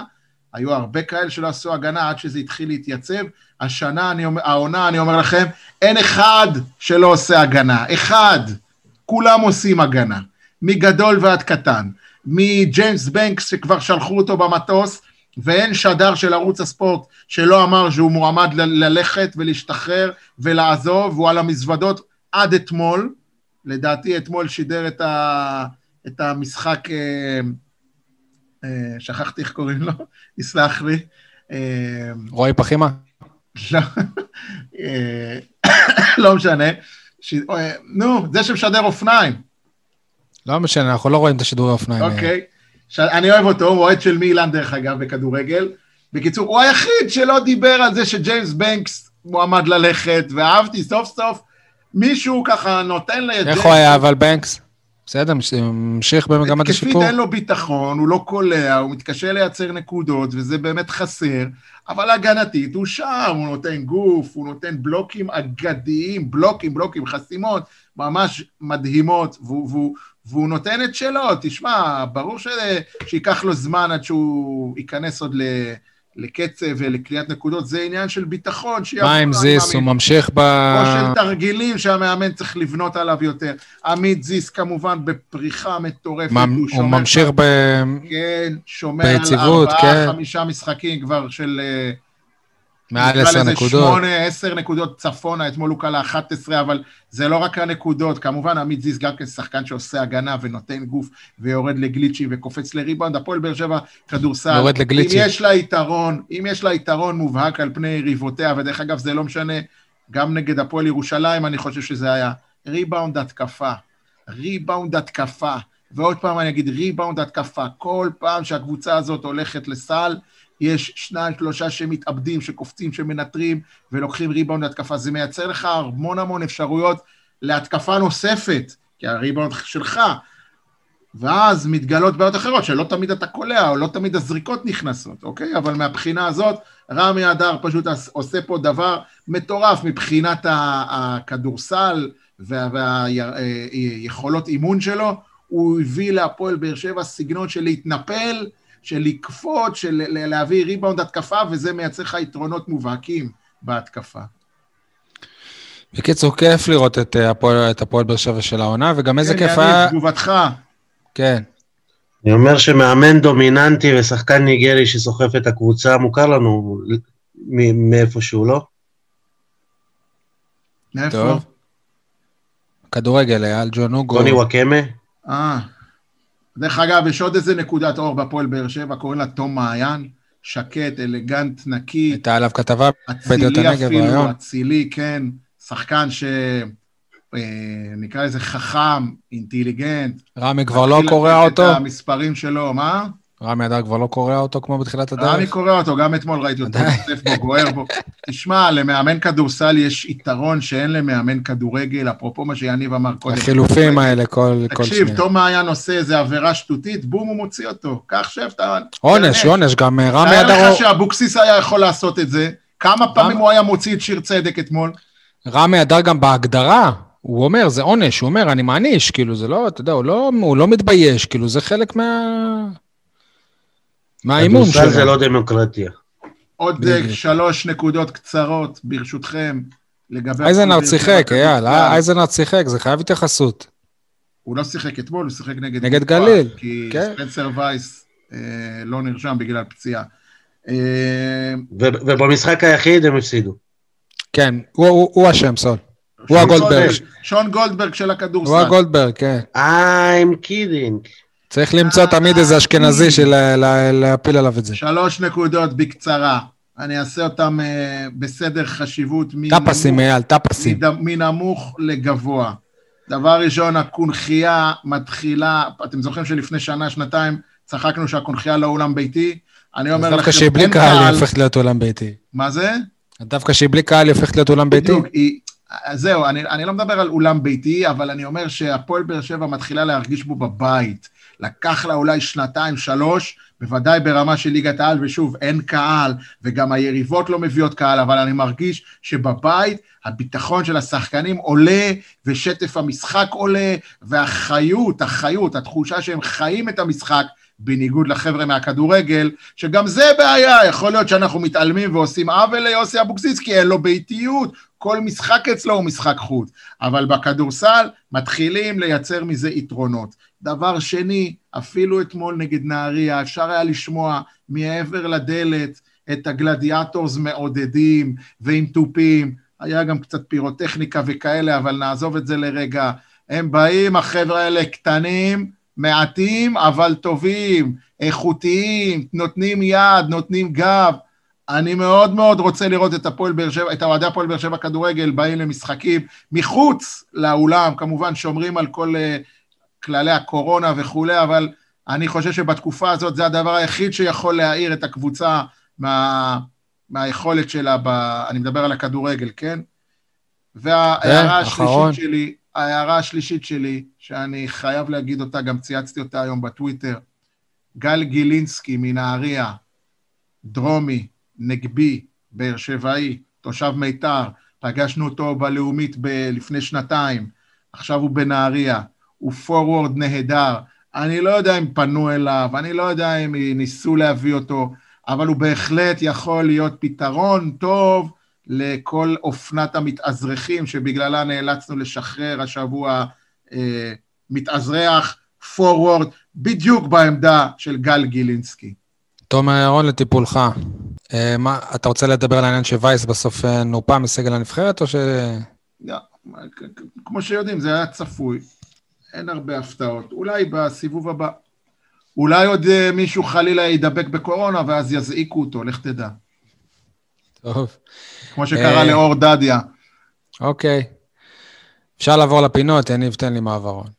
היו הרבה כאלה שלא עשו הגנה עד שזה התחיל להתייצב, השנה, אני אומר, העונה, אני אומר לכם, אין אחד שלא עושה הגנה, אחד, כולם עושים הגנה, מגדול ועד קטן, מג'יימס בנקס שכבר שלחו אותו במטוס, ואין שדר של ערוץ הספורט שלא אמר שהוא מועמד ל- ללכת ולהשתחרר ולעזוב, והוא על המזוודות עד אתמול, לדעתי אתמול שידר את, ה- את המשחק, אה, אה, שכחתי איך קוראים לו, יסלח לי. אה, רועי פחימה? לא, אה, לא משנה, ש... אה, נו, זה שמשדר אופניים. לא משנה, אנחנו לא רואים את השידורי אופניים. אוקיי. אני אוהב אותו, הוא אוהד של מילאן דרך אגב בכדורגל. בקיצור, הוא היחיד שלא דיבר על זה שג'יימס בנקס מועמד ללכת, ואהבתי סוף סוף מישהו ככה נותן ליד... איך הוא היה אבל בנקס? בסדר, ממשיך במגמת השיפור. התקפית אין לו ביטחון, הוא לא קולע, הוא מתקשה לייצר נקודות, וזה באמת חסר, אבל הגנתית הוא שם, הוא נותן גוף, הוא נותן בלוקים אגדיים, בלוקים, בלוקים, חסימות, ממש מדהימות, והוא... והוא והוא נותן את שלו, תשמע, ברור ש... שיקח לו זמן עד שהוא ייכנס עוד ל... לקצב ולקליית נקודות, זה עניין של ביטחון. מה עם זיס, הוא ממשיך ב... או של תרגילים שהמאמן צריך לבנות עליו יותר. עמית זיס כמובן בפריחה מטורפת. הוא, הוא ממשיך ב... כן, שומר ביציבות, על ארבעה, כן. חמישה משחקים כבר של... מעל עשר נקודות. שמונה, עשר נקודות צפונה, אתמול הוא קלה אחת עשרה, אבל זה לא רק הנקודות, כמובן עמית זיס גם כשחקן שעושה הגנה ונותן גוף ויורד לגליצ'י וקופץ לריבאונד, הפועל באר שבע כדורסל, יורד לגליצ'י. אם יש לה יתרון, אם יש לה יתרון מובהק על פני ריבותיה, ודרך אגב זה לא משנה, גם נגד הפועל ירושלים אני חושב שזה היה ריבאונד התקפה, ריבאונד התקפה, ועוד פעם אני אגיד ריבאונד התקפה, כל פעם שהקבוצה הזאת הולכת לסל, יש שניים, שלושה שמתאבדים, שקופצים, שמנטרים, ולוקחים ריבאונד להתקפה. זה מייצר לך המון המון אפשרויות להתקפה נוספת, כי הריבאונד שלך, ואז מתגלות בעיות אחרות, שלא תמיד אתה קולע, או לא תמיד הזריקות נכנסות, אוקיי? אבל מהבחינה הזאת, רמי אדר פשוט עושה פה דבר מטורף, מבחינת הכדורסל, והיכולות אימון שלו, הוא הביא להפועל באר שבע סגנון של להתנפל, של לקפות, של להביא ריבאונד התקפה, וזה מייצר לך יתרונות מובהקים בהתקפה. בקיצור, כיף לראות את הפועל, את הפועל באר שבע של העונה, וגם איזה כיף היה... כן, תגובתך. כן. אני אומר שמאמן דומיננטי ושחקן ניגרי שסוחף את הקבוצה, מוכר לנו מאיפשהו, לא? מאיפה? כדורגל, אייל ג'ונוגו. טוני וואקמה. אה. דרך אגב, יש עוד איזה נקודת אור בפועל באר שבע, קוראים לה תום מעיין, שקט, אלגנט, נקי. הייתה עליו כתבה בידיעות הנגב אצילי אפילו, היום. אצילי, כן, שחקן ש... נקרא לזה חכם, אינטליגנט. רמי כבר לא קורא אותו? את המספרים שלו, מה? רמי אדר כבר לא קורא אותו כמו בתחילת הדרך? רמי קורא אותו, גם אתמול ראיתי אותו, נוסף בו, גוער בו. תשמע, למאמן כדורסל יש יתרון שאין למאמן כדורגל, אפרופו מה שיניב אמר קודם. החילופים האלה כל שנייה. תקשיב, תום מעיין עושה איזה עבירה שטותית, בום הוא מוציא אותו. כך שפת... עונש, עונש, גם רמי אדר... היה לך שאבוקסיס היה יכול לעשות את זה, כמה פעמים הוא היה מוציא את שיר צדק אתמול? רמי אדר גם בהגדרה, הוא אומר, זה עונש, הוא אומר, אני מעניש, כאילו, זה לא, אתה יודע, הוא לא, הוא לא מתבייש, כאילו, זה חלק מה... מהאימון שלו. כדורסל זה לא דמוקרטיה. עוד שלוש נקודות קצרות, ברשותכם, לגבי... אייזנארט שיחק, אייל, אייזנארט שיחק, זה חייב התייחסות. הוא לא שיחק אתמול, הוא שיחק נגד... נגד גליל. כי ספנסר וייס לא נרשם בגלל פציעה. ובמשחק היחיד הם הפסידו. כן, הוא השם, סול. הוא הגולדברג. שון גולדברג של הכדורסל. הוא הגולדברג, כן. I'm kidding. צריך למצוא תמיד איזה אשכנזי של להפיל עליו את זה. שלוש נקודות בקצרה. אני אעשה אותם בסדר חשיבות. טפסים, אייל, טפסים. מנמוך לגבוה. דבר ראשון, הקונחייה מתחילה, אתם זוכרים שלפני שנה, שנתיים, צחקנו שהקונחייה לא אולם ביתי. אני אומר לכם, דווקא שהיא בלי קהל היא הופכת להיות אולם ביתי. מה זה? דווקא שהיא בלי קהל היא הופכת להיות אולם ביתי. זהו, אני, אני לא מדבר על אולם ביתי, אבל אני אומר שהפועל באר שבע מתחילה להרגיש בו בבית. לקח לה אולי שנתיים, שלוש, בוודאי ברמה של ליגת העל, ושוב, אין קהל, וגם היריבות לא מביאות קהל, אבל אני מרגיש שבבית הביטחון של השחקנים עולה, ושטף המשחק עולה, והחיות, החיות, התחושה שהם חיים את המשחק, בניגוד לחבר'ה מהכדורגל, שגם זה בעיה, יכול להיות שאנחנו מתעלמים ועושים עוול ליוסי אבוקסיס, כי אין לו ביתיות, כל משחק אצלו הוא משחק חוץ, אבל בכדורסל מתחילים לייצר מזה יתרונות. דבר שני, אפילו אתמול נגד נהריה, אפשר היה לשמוע מעבר לדלת את הגלדיאטורס מעודדים ועם טופים, היה גם קצת פירוטכניקה וכאלה, אבל נעזוב את זה לרגע. הם באים, החבר'ה האלה קטנים, מעטים, אבל טובים, איכותיים, נותנים יד, נותנים גב. אני מאוד מאוד רוצה לראות את הפועל באר שבע, את אוהדי הפועל באר שבע כדורגל, באים למשחקים מחוץ לאולם, כמובן שומרים על כל uh, כללי הקורונה וכולי, אבל אני חושב שבתקופה הזאת זה הדבר היחיד שיכול להעיר את הקבוצה מה, מהיכולת שלה, ב, אני מדבר על הכדורגל, כן? וההערה השלישית שלי, ההערה השלישית שלי, שאני חייב להגיד אותה, גם צייצתי אותה היום בטוויטר, גל גילינסקי מנהריה, דרומי, נגבי, באר שבעי, תושב מיתר, פגשנו אותו בלאומית ב- לפני שנתיים, עכשיו הוא בנהריה, הוא פורוורד נהדר, אני לא יודע אם פנו אליו, אני לא יודע אם ניסו להביא אותו, אבל הוא בהחלט יכול להיות פתרון טוב לכל אופנת המתאזרחים, שבגללה נאלצנו לשחרר השבוע אה, מתאזרח, פורוורד, בדיוק בעמדה של גל גילינסקי. תומר ירון לטיפולך. אה, מה, אתה רוצה לדבר על העניין שווייס בסוף נופה מסגל הנבחרת, או ש... לא, כמו שיודעים, זה היה צפוי. אין הרבה הפתעות. אולי בסיבוב הבא. אולי עוד מישהו חלילה ידבק בקורונה, ואז יזעיקו אותו, לך תדע. טוב. כמו שקרה לאור דדיה. אוקיי. אפשר לעבור לפינות, יניב, תן לי מעברון.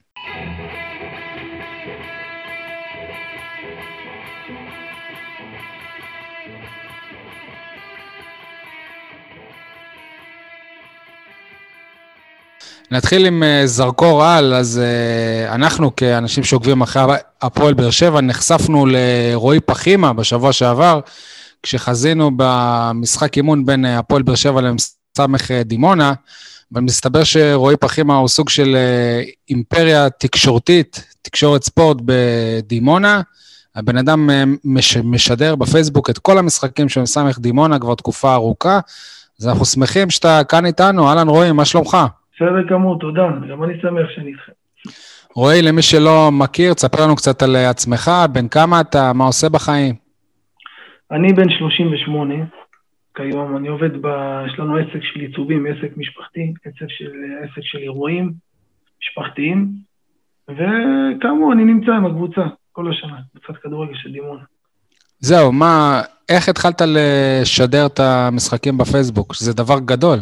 נתחיל עם זרקור על, אז אנחנו כאנשים שעוקבים אחרי הפועל באר שבע, נחשפנו לרועי פחימה בשבוע שעבר, כשחזינו במשחק אימון בין הפועל באר שבע למסמך דימונה, אבל מסתבר שרועי פחימה הוא סוג של אימפריה תקשורתית, תקשורת ספורט בדימונה, הבן אדם משדר בפייסבוק את כל המשחקים של מסמך דימונה כבר תקופה ארוכה, אז אנחנו שמחים שאתה כאן איתנו. אהלן רועי, מה שלומך? בסדר גמור, תודה, גם אני שמח שאני איתכם. רועי, למי שלא מכיר, תספר לנו קצת על עצמך, בן כמה אתה, מה עושה בחיים? אני בן שלושים ושמונה, כיום אני עובד, ב... יש לנו עסק של עיצובים, עסק משפחתי, עסק של, עסק של אירועים משפחתיים, וכאמור אני נמצא עם הקבוצה כל השנה, קבוצת כדורגל של דימונה. זהו, מה, איך התחלת לשדר את המשחקים בפייסבוק? שזה דבר גדול.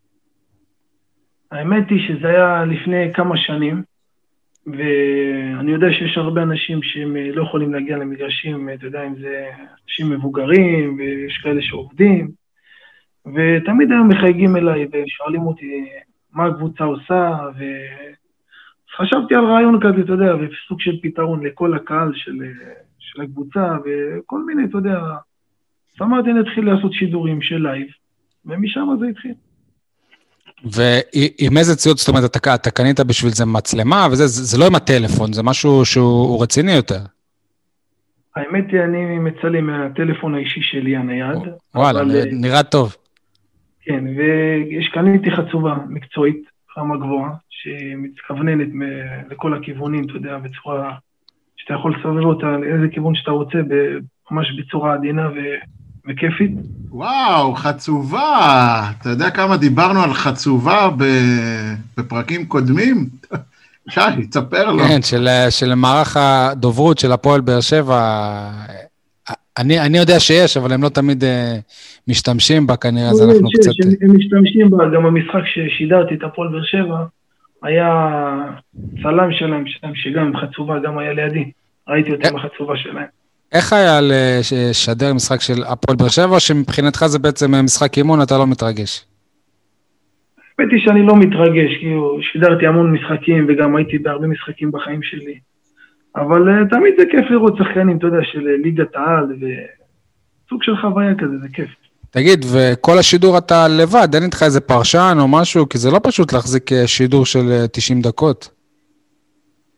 האמת היא שזה היה לפני כמה שנים, ואני יודע שיש הרבה אנשים שהם לא יכולים להגיע למגרשים, אתה יודע, אם זה אנשים מבוגרים, ויש כאלה שעובדים, ותמיד היום מחייגים אליי ושואלים אותי מה הקבוצה עושה, וחשבתי על רעיון כזה, אתה יודע, וסוג של פתרון לכל הקהל של, של הקבוצה, וכל מיני, אתה יודע, אז אמרתי, נתחיל לעשות שידורים של לייב, ומשם זה התחיל. ועם איזה ציוד, זאת אומרת, אתה, אתה קנית בשביל זה מצלמה, וזה זה, זה לא עם הטלפון, זה משהו שהוא רציני יותר. האמת היא, אני מצלם מהטלפון האישי שלי, הנייד. וואלה, אבל... נראה טוב. כן, ויש קניתי חצובה מקצועית, רמה גבוהה, שמתכווננת לכל הכיוונים, אתה יודע, בצורה שאתה יכול לסובב אותה, לאיזה כיוון שאתה רוצה, ממש בצורה עדינה ו... וכיפית. וואו, חצובה. אתה יודע כמה דיברנו על חצובה בפרקים קודמים? שי, תספר לו. כן, של, של מערך הדוברות של הפועל באר שבע. אני, אני יודע שיש, אבל הם לא תמיד משתמשים בה, כנראה, אז אנחנו קצת... הם משתמשים בה, גם המשחק ששידרתי את הפועל באר שבע, היה צלם שלהם, שגם עם חצובה, גם היה לידי. ראיתי אותם בחצובה שלהם. איך היה לשדר משחק של הפועל באר שבע, שמבחינתך זה בעצם משחק אימון, אתה לא מתרגש? האמת היא שאני לא מתרגש, כי שידרתי המון משחקים, וגם הייתי בהרבה משחקים בחיים שלי. אבל תמיד זה כיף לראות שחקנים, אתה יודע, של ליגת העל, וסוג של חוויה כזה, זה כיף. תגיד, וכל השידור אתה לבד, אין איתך איזה פרשן או משהו, כי זה לא פשוט להחזיק שידור של תשעים דקות.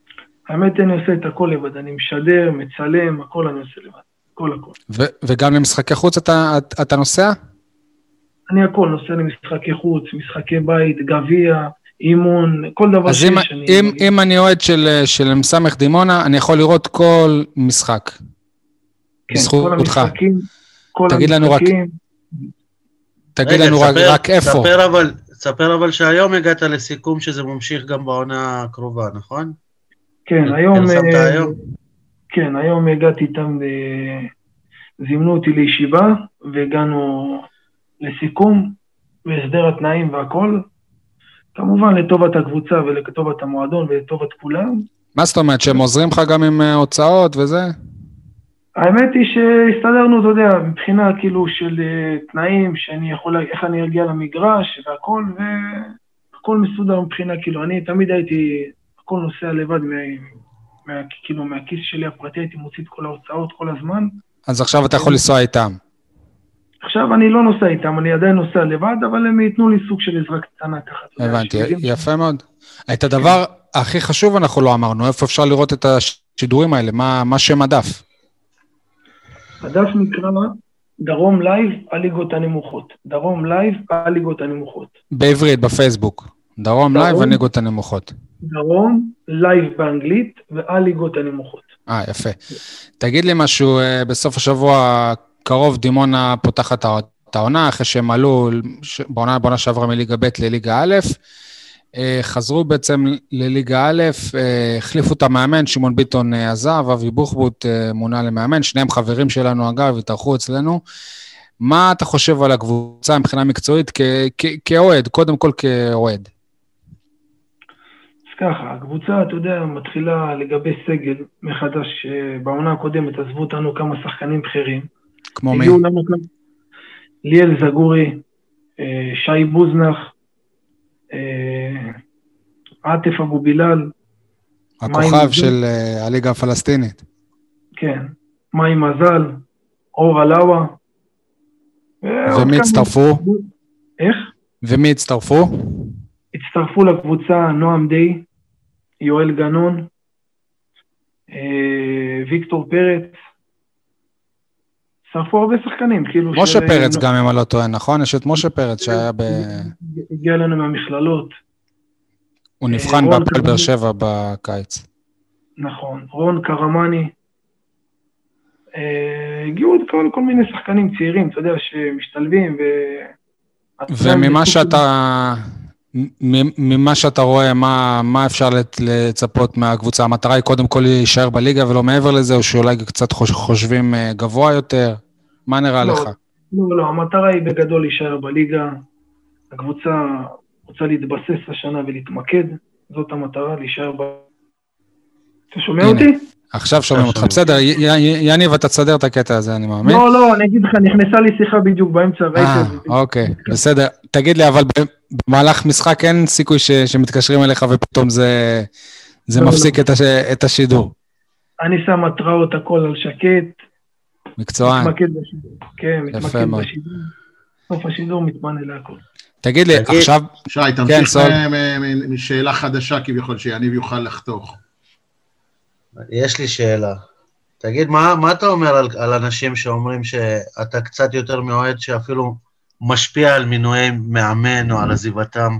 האמת אני עושה את הכל לבד, אני משדר, מצלם, הכל אני עושה לבד, הכל הכל. ו- וגם למשחקי חוץ אתה, אתה נוסע? אני הכל נוסע למשחקי חוץ, משחקי בית, גביע, אימון, כל דבר שיש. אז אם, אם, אם אני אוהד של, של מסמך דימונה, אני יכול לראות כל משחק. כן, כל המשחקים, כל תגיד המשחקים. לנו רק, תגיד לנו רק, רק איפה. ספר אבל, ספר אבל שהיום הגעת לסיכום שזה ממשיך גם בעונה הקרובה, נכון? כן, היום, פרסמת היום? כן, היום הגעתי איתם, זימנו אותי לישיבה, והגענו לסיכום, והסדר התנאים והכל, כמובן לטובת הקבוצה ולטובת המועדון ולטובת כולם. מה זאת אומרת, שהם עוזרים לך גם עם הוצאות וזה? האמת היא שהסתדרנו, אתה יודע, מבחינה כאילו של תנאים, שאני יכול, איך אני אגיע למגרש והכל, והכל מסודר מבחינה, כאילו, אני תמיד הייתי, הכל נוסע לבד, מה, מה, כאילו, מהכיס שלי הפרטי, הייתי מוציא את כל ההוצאות כל הזמן. אז עכשיו אתה יכול לנסוע איתם. עכשיו אני לא נוסע איתם, אני עדיין נוסע לבד, אבל הם ייתנו לי סוג של עזרה קטנה ככה. הבנתי, יפה מאוד. את הדבר הכי חשוב אנחנו לא אמרנו, איפה אפשר לראות את השידורים האלה, מה שם הדף? הדף נקרא דרום לייב הליגות הנמוכות. דרום לייב הליגות הנמוכות. בעברית, בפייסבוק. דרום לייב הליגות הנמוכות. דרום לייב באנגלית והליגות הנמוכות. אה, יפה. תגיד לי משהו, בסוף השבוע קרוב דימונה פותחת את העונה, אחרי שהם עלו בעונה, בעונה שעברה מליגה ב' לליגה א', חזרו בעצם לליגה א', החליפו את המאמן, שמעון ביטון עזב, אבי בוחבוט מונה למאמן, שניהם חברים שלנו אגב, התארחו אצלנו. מה אתה חושב על הקבוצה מבחינה מקצועית כאוהד, קודם כל כאוהד? אז ככה, הקבוצה, אתה יודע, מתחילה לגבי סגל מחדש, בעונה הקודמת עזבו אותנו כמה שחקנים בכירים. כמו מי? הגיעו לנו כאן ליאל זגורי, שי בוזנח, עטף אבו בילal, הכוכב של הליגה הפלסטינית. כן, מאי מזל, אור אלאווה. ומי הצטרפו? איך? ומי הצטרפו? הצטרפו לקבוצה נועם די, יואל גנון, ויקטור פרץ, הצטרפו הרבה שחקנים. משה פרץ גם אם אני לא טוען, נכון? יש את משה פרץ שהיה ב... הגיע לנו מהמכללות. הוא נבחן בהפועל באר שבע בקיץ. נכון, רון קרמני. הגיעו עוד כל, כל מיני שחקנים צעירים, אתה יודע, שמשתלבים ו... וממה שאתה, ממה שאתה רואה, מה, מה אפשר לצפות מהקבוצה? המטרה היא קודם כל להישאר בליגה ולא מעבר לזה, או שאולי קצת חושבים גבוה יותר? מה נראה לא, לך? לא, לא, המטרה היא בגדול להישאר בליגה. הקבוצה רוצה להתבסס השנה ולהתמקד. זאת המטרה, להישאר ב... אתה שומע הנה, אותי? עכשיו שומעים אותך. בסדר, יניב, אתה תסדר את הקטע הזה, אני מאמין. לא, לא, אני אגיד לך, נכנסה לי שיחה בדיוק באמצע. אה, אוקיי, בסדר. תגיד לי, אבל במהלך משחק אין סיכוי ש, שמתקשרים אליך ופתאום זה, זה לא, מפסיק לא. את, הש, את השידור. אני שם התראות הכל על שקט. מקצוען. מתמקד בשידור. כן, מתמקד מאוד. בשידור. סוף השידור מתמנה להכל. תגיד לי, תגיד, עכשיו... שי, תמשיך משאלה חדשה כביכול שיניב יוכל לחתוך. יש לי שאלה. תגיד, מה, מה אתה אומר על, על אנשים שאומרים שאתה קצת יותר מאוהד שאפילו משפיע על מינויי מאמן או על עזיבתם?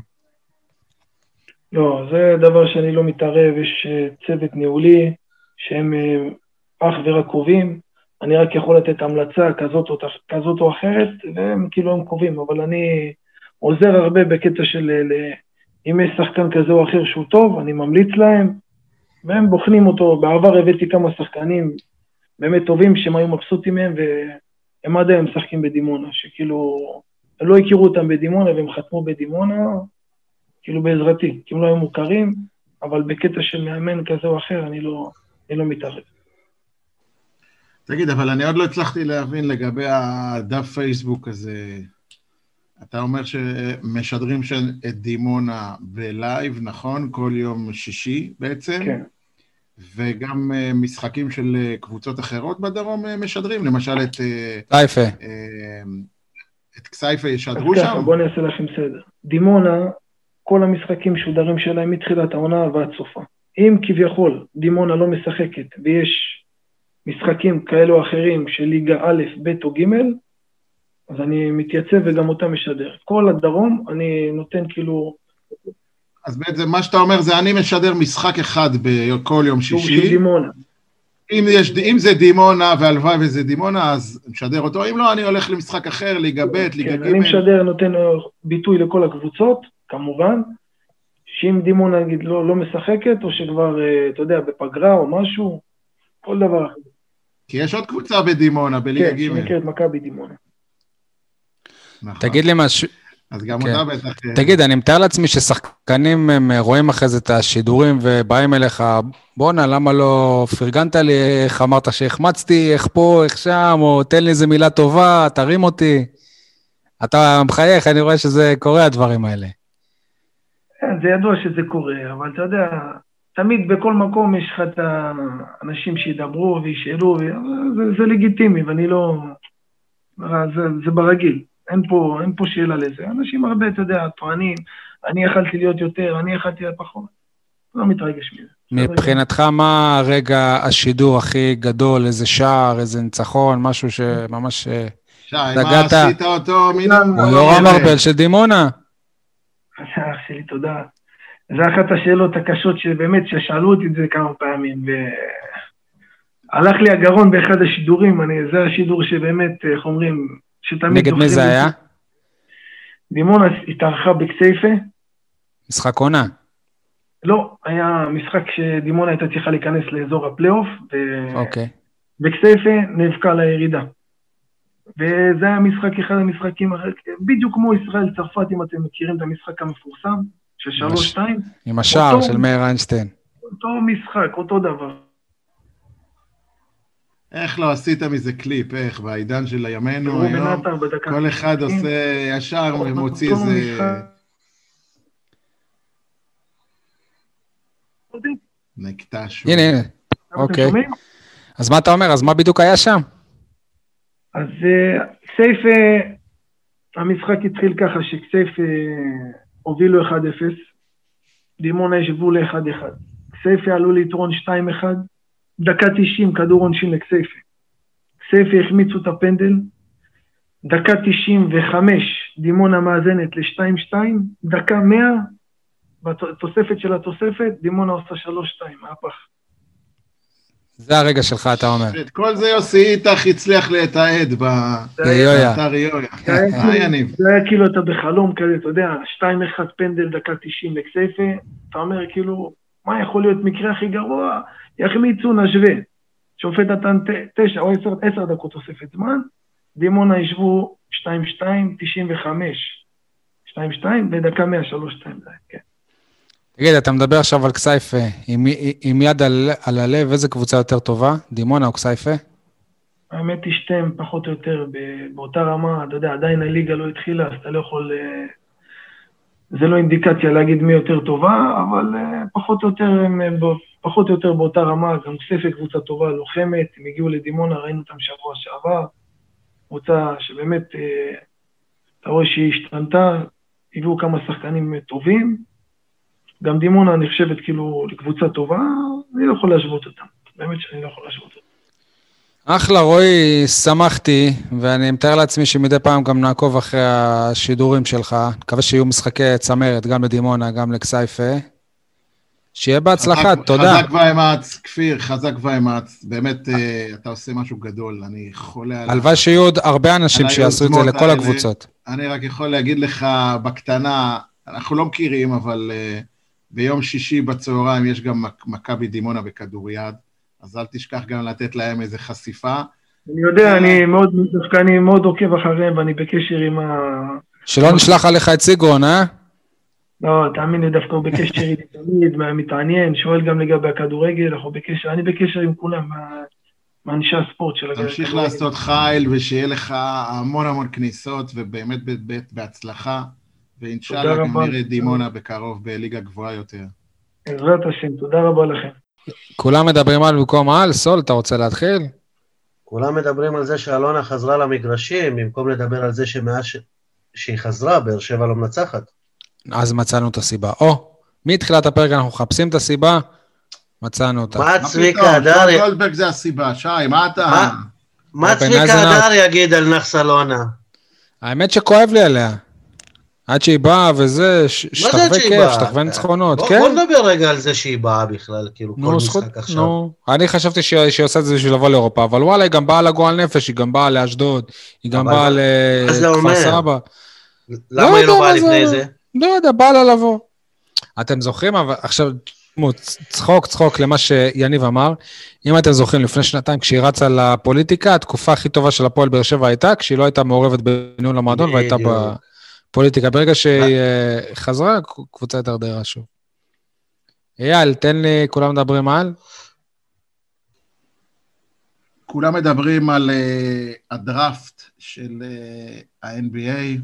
לא, זה דבר שאני לא מתערב, יש צוות ניהולי שהם אך ורק קובעים, אני רק יכול לתת המלצה כזאת או, כזאת או אחרת, והם כאילו הם קובעים, אבל אני עוזר הרבה בקטע של, אם יש שחקן כזה או אחר שהוא טוב, אני ממליץ להם, והם בוחנים אותו. בעבר הבאתי כמה שחקנים באמת טובים שהם היו מבסוטים מהם, והם עד היום משחקים בדימונה, שכאילו הם לא הכירו אותם בדימונה והם חתמו בדימונה, כאילו בעזרתי, כי הם לא היו מוכרים, אבל בקטע של מאמן כזה או אחר אני לא, אני לא מתערב. תגיד, אבל אני עוד לא הצלחתי להבין לגבי הדף פייסבוק הזה. אתה אומר שמשדרים את דימונה בלייב, נכון? כל יום שישי בעצם? כן. וגם משחקים של קבוצות אחרות בדרום משדרים, למשל את... כסייפה. את כסייפה ישדרו שם? ככה, בוא אני אעשה לכם סדר. דימונה, כל המשחקים שודרים שלהם מתחילת העונה ועד סופה. אם כביכול דימונה לא משחקת, ויש משחקים כאלו או אחרים של ליגה א', ב' או ג', אז אני מתייצב וגם אותה משדר. כל הדרום אני נותן כאילו... אז בעצם מה שאתה אומר זה אני משדר משחק אחד בכל יום שישי. של דימונה. אם, יש, אם זה דימונה והלוואי וזה דימונה, אז משדר אותו. אם לא, אני הולך למשחק אחר, ליגה ב', ליגה ג'. אני משדר, נותן ביטוי לכל הקבוצות, כמובן, שאם דימונה נגיד לא, לא משחקת, או שכבר, אתה יודע, בפגרה או משהו, כל דבר אחר. כי יש עוד קבוצה בדימונה, בליגה ג'. כן, שנקראת מכבי דימונה. תגיד לי משהו... אז גם אותה בטח... תגיד, אני מתאר לעצמי ששחקנים רואים אחרי זה את השידורים ובאים אליך, בונה, למה לא פרגנת לי, איך אמרת שהחמצתי, איך פה, איך שם, או תן לי איזה מילה טובה, תרים אותי. אתה מחייך, אני רואה שזה קורה הדברים האלה. זה ידוע שזה קורה, אבל אתה יודע, תמיד בכל מקום יש לך את האנשים שידברו וישאלו, זה, זה לגיטימי, ואני לא... זה, זה ברגיל. אין פה, אין פה שאלה לזה. אנשים הרבה, אתה יודע, טוענים, אני יכלתי להיות יותר, אני יכלתי להיות פחות. לא מתרגש מזה. מבחינתך, מה הרגע השידור הכי גדול, איזה שער, איזה ניצחון, משהו שממש... שי, מה עשית אותו? הוא יורם ארבל של דימונה. אח שלי, תודה. זה אחת השאלות הקשות שבאמת, ששאלו אותי את זה כמה פעמים, והלך לי הגרון באחד השידורים, אני, זה השידור שבאמת, איך אומרים, נגד מי זה היה? דימונה התארחה בכסייפה. משחק עונה? לא, היה משחק שדימונה הייתה צריכה להיכנס לאזור הפלייאוף, אוקיי. בכסייפה נאבקה לירידה. וזה היה משחק אחד המשחקים, בדיוק כמו ישראל צרפת, אם אתם מכירים את המשחק המפורסם, של שלוש שתיים. עם השער של מאיר איינשטיין. אותו משחק, אותו דבר. איך לא עשית מזה קליפ, איך, בעידן של הימינו היום, כל אחד עושה ישר ומוציא איזה... נקטע שוב. הנה, הנה, אוקיי. אז מה אתה אומר? אז מה בדיוק היה שם? אז כסייפה, המשחק התחיל ככה שכסייפה הובילו אחד אפס, דימונה ישבו ל-אחד אחד. כסייפה עלו ליתרון שתיים אחד, דקה תשעים, כדור עונשין לכסייפה. כסייפה החמיצו את הפנדל, דקה תשעים וחמש, דימונה מאזנת ל-שתיים שתיים, דקה מאה, בתוספת של התוספת, דימונה עושה שלוש שתיים, מהפך. זה הרגע שלך, אתה אומר. את כל זה יוסי איתך הצליח לתעד באתר יויה. זה היה כאילו אתה בחלום כזה, אתה יודע, שתיים אחד פנדל, דקה תשעים לכסייפה, אתה אומר כאילו, מה יכול להיות מקרה הכי גרוע? יחמיצו נשווה, שופט נתן תשע או עשר דקות תוספת זמן, דימונה ישבו שתיים שתיים, תשעים וחמש, שתיים שתיים, ודקה מאה, שלוש שתיים, כן. תגיד, אתה מדבר עכשיו על כסייפה, עם, עם יד על, על הלב, איזה קבוצה יותר טובה, דימונה או כסייפה? האמת היא שתיהם פחות או יותר באותה רמה, אתה יודע, עדיין הליגה לא התחילה, אז אתה לא יכול, זה לא אינדיקציה להגיד מי יותר טובה, אבל פחות או יותר, הם, פחות או יותר באותה רמה, גם כסייפה קבוצה טובה, לוחמת, הם הגיעו לדימונה, ראינו אותם שבוע שעבר, קבוצה שבאמת, אתה רואה שהיא השתנתה, הביאו כמה שחקנים טובים, גם דימונה נחשבת כאילו לקבוצה טובה, אני לא יכול להשוות אותה, באמת שאני לא יכול להשוות אותה. אחלה, רועי, שמחתי, ואני מתאר לעצמי שמדי פעם גם נעקוב אחרי השידורים שלך, מקווה שיהיו משחקי צמרת, גם לדימונה, גם לכסייפה. שיהיה בהצלחה, תודה. חזק ואמץ, כפיר, חזק ואמץ, באמת אתה עושה משהו גדול, אני חולה על... הלוואי שיהיו עוד הרבה אנשים שיעשו את זה לכל הקבוצות. אני רק יכול להגיד לך בקטנה, אנחנו לא מכירים, אבל ביום שישי בצהריים יש גם מכבי דימונה בכדוריד, אז אל תשכח גם לתת להם איזו חשיפה. אני יודע, אני מאוד, דווקא אני מאוד עוקב אחריהם, ואני בקשר עם ה... שלא נשלח עליך את סיגרון, אה? לא, תאמין לי, דווקא הוא בקשר איתי תמיד, מתעניין, שואל גם לגבי הכדורגל, אנחנו בקשר, אני בקשר עם כולם, מאנשי הספורט של הכדורגל. תמשיך לעשות חייל, ושיהיה לך המון המון כניסות, ובאמת בהצלחה, ואינשאללה גם נראה דימונה בקרוב בליגה גבוהה יותר. בעזרת השם, תודה רבה לכם. כולם מדברים על במקום על, סול, אתה רוצה להתחיל? כולם מדברים על זה שאלונה חזרה למגרשים, במקום לדבר על זה שמאז ש... שהיא חזרה, באר שבע לא מנצחת. אז מצאנו את הסיבה. או, מתחילת הפרק אנחנו מחפשים את הסיבה, מצאנו אותה. מה צביקה הדר... גולדברג זה הסיבה, שי, מה אתה... מה צביקה הדר יגיד על נחס אלונה? האמת שכואב לי עליה. עד שהיא באה וזה, שתחווה כיף, שתחווה ניצחונות, כן? בוא נדבר רגע על זה שהיא באה בכלל, כאילו כל משחק עכשיו. אני חשבתי שהיא עושה את זה בשביל לבוא לאירופה, אבל וואלה, היא גם באה לגועל נפש, היא גם באה לאשדוד, היא גם באה לכפר סבא. למה היא לא באה לפני זה? לא יודע, באה לה לבוא. אתם זוכרים, אבל עכשיו, צחוק, צחוק למה שיניב אמר, אם אתם זוכרים, לפני שנתיים, כשהיא רצה לפוליטיקה, התקופה הכי טובה של הפועל באר שבע הייתה, כשהיא לא הייתה מעורבת בניהול המועדון, והייתה בפוליטיקה. ברגע שהיא חזרה, קבוצה יותר דרה שוב. אייל, תן לי, כולם מדברים על? כולם מדברים על הדראפט של ה-אן בי איי.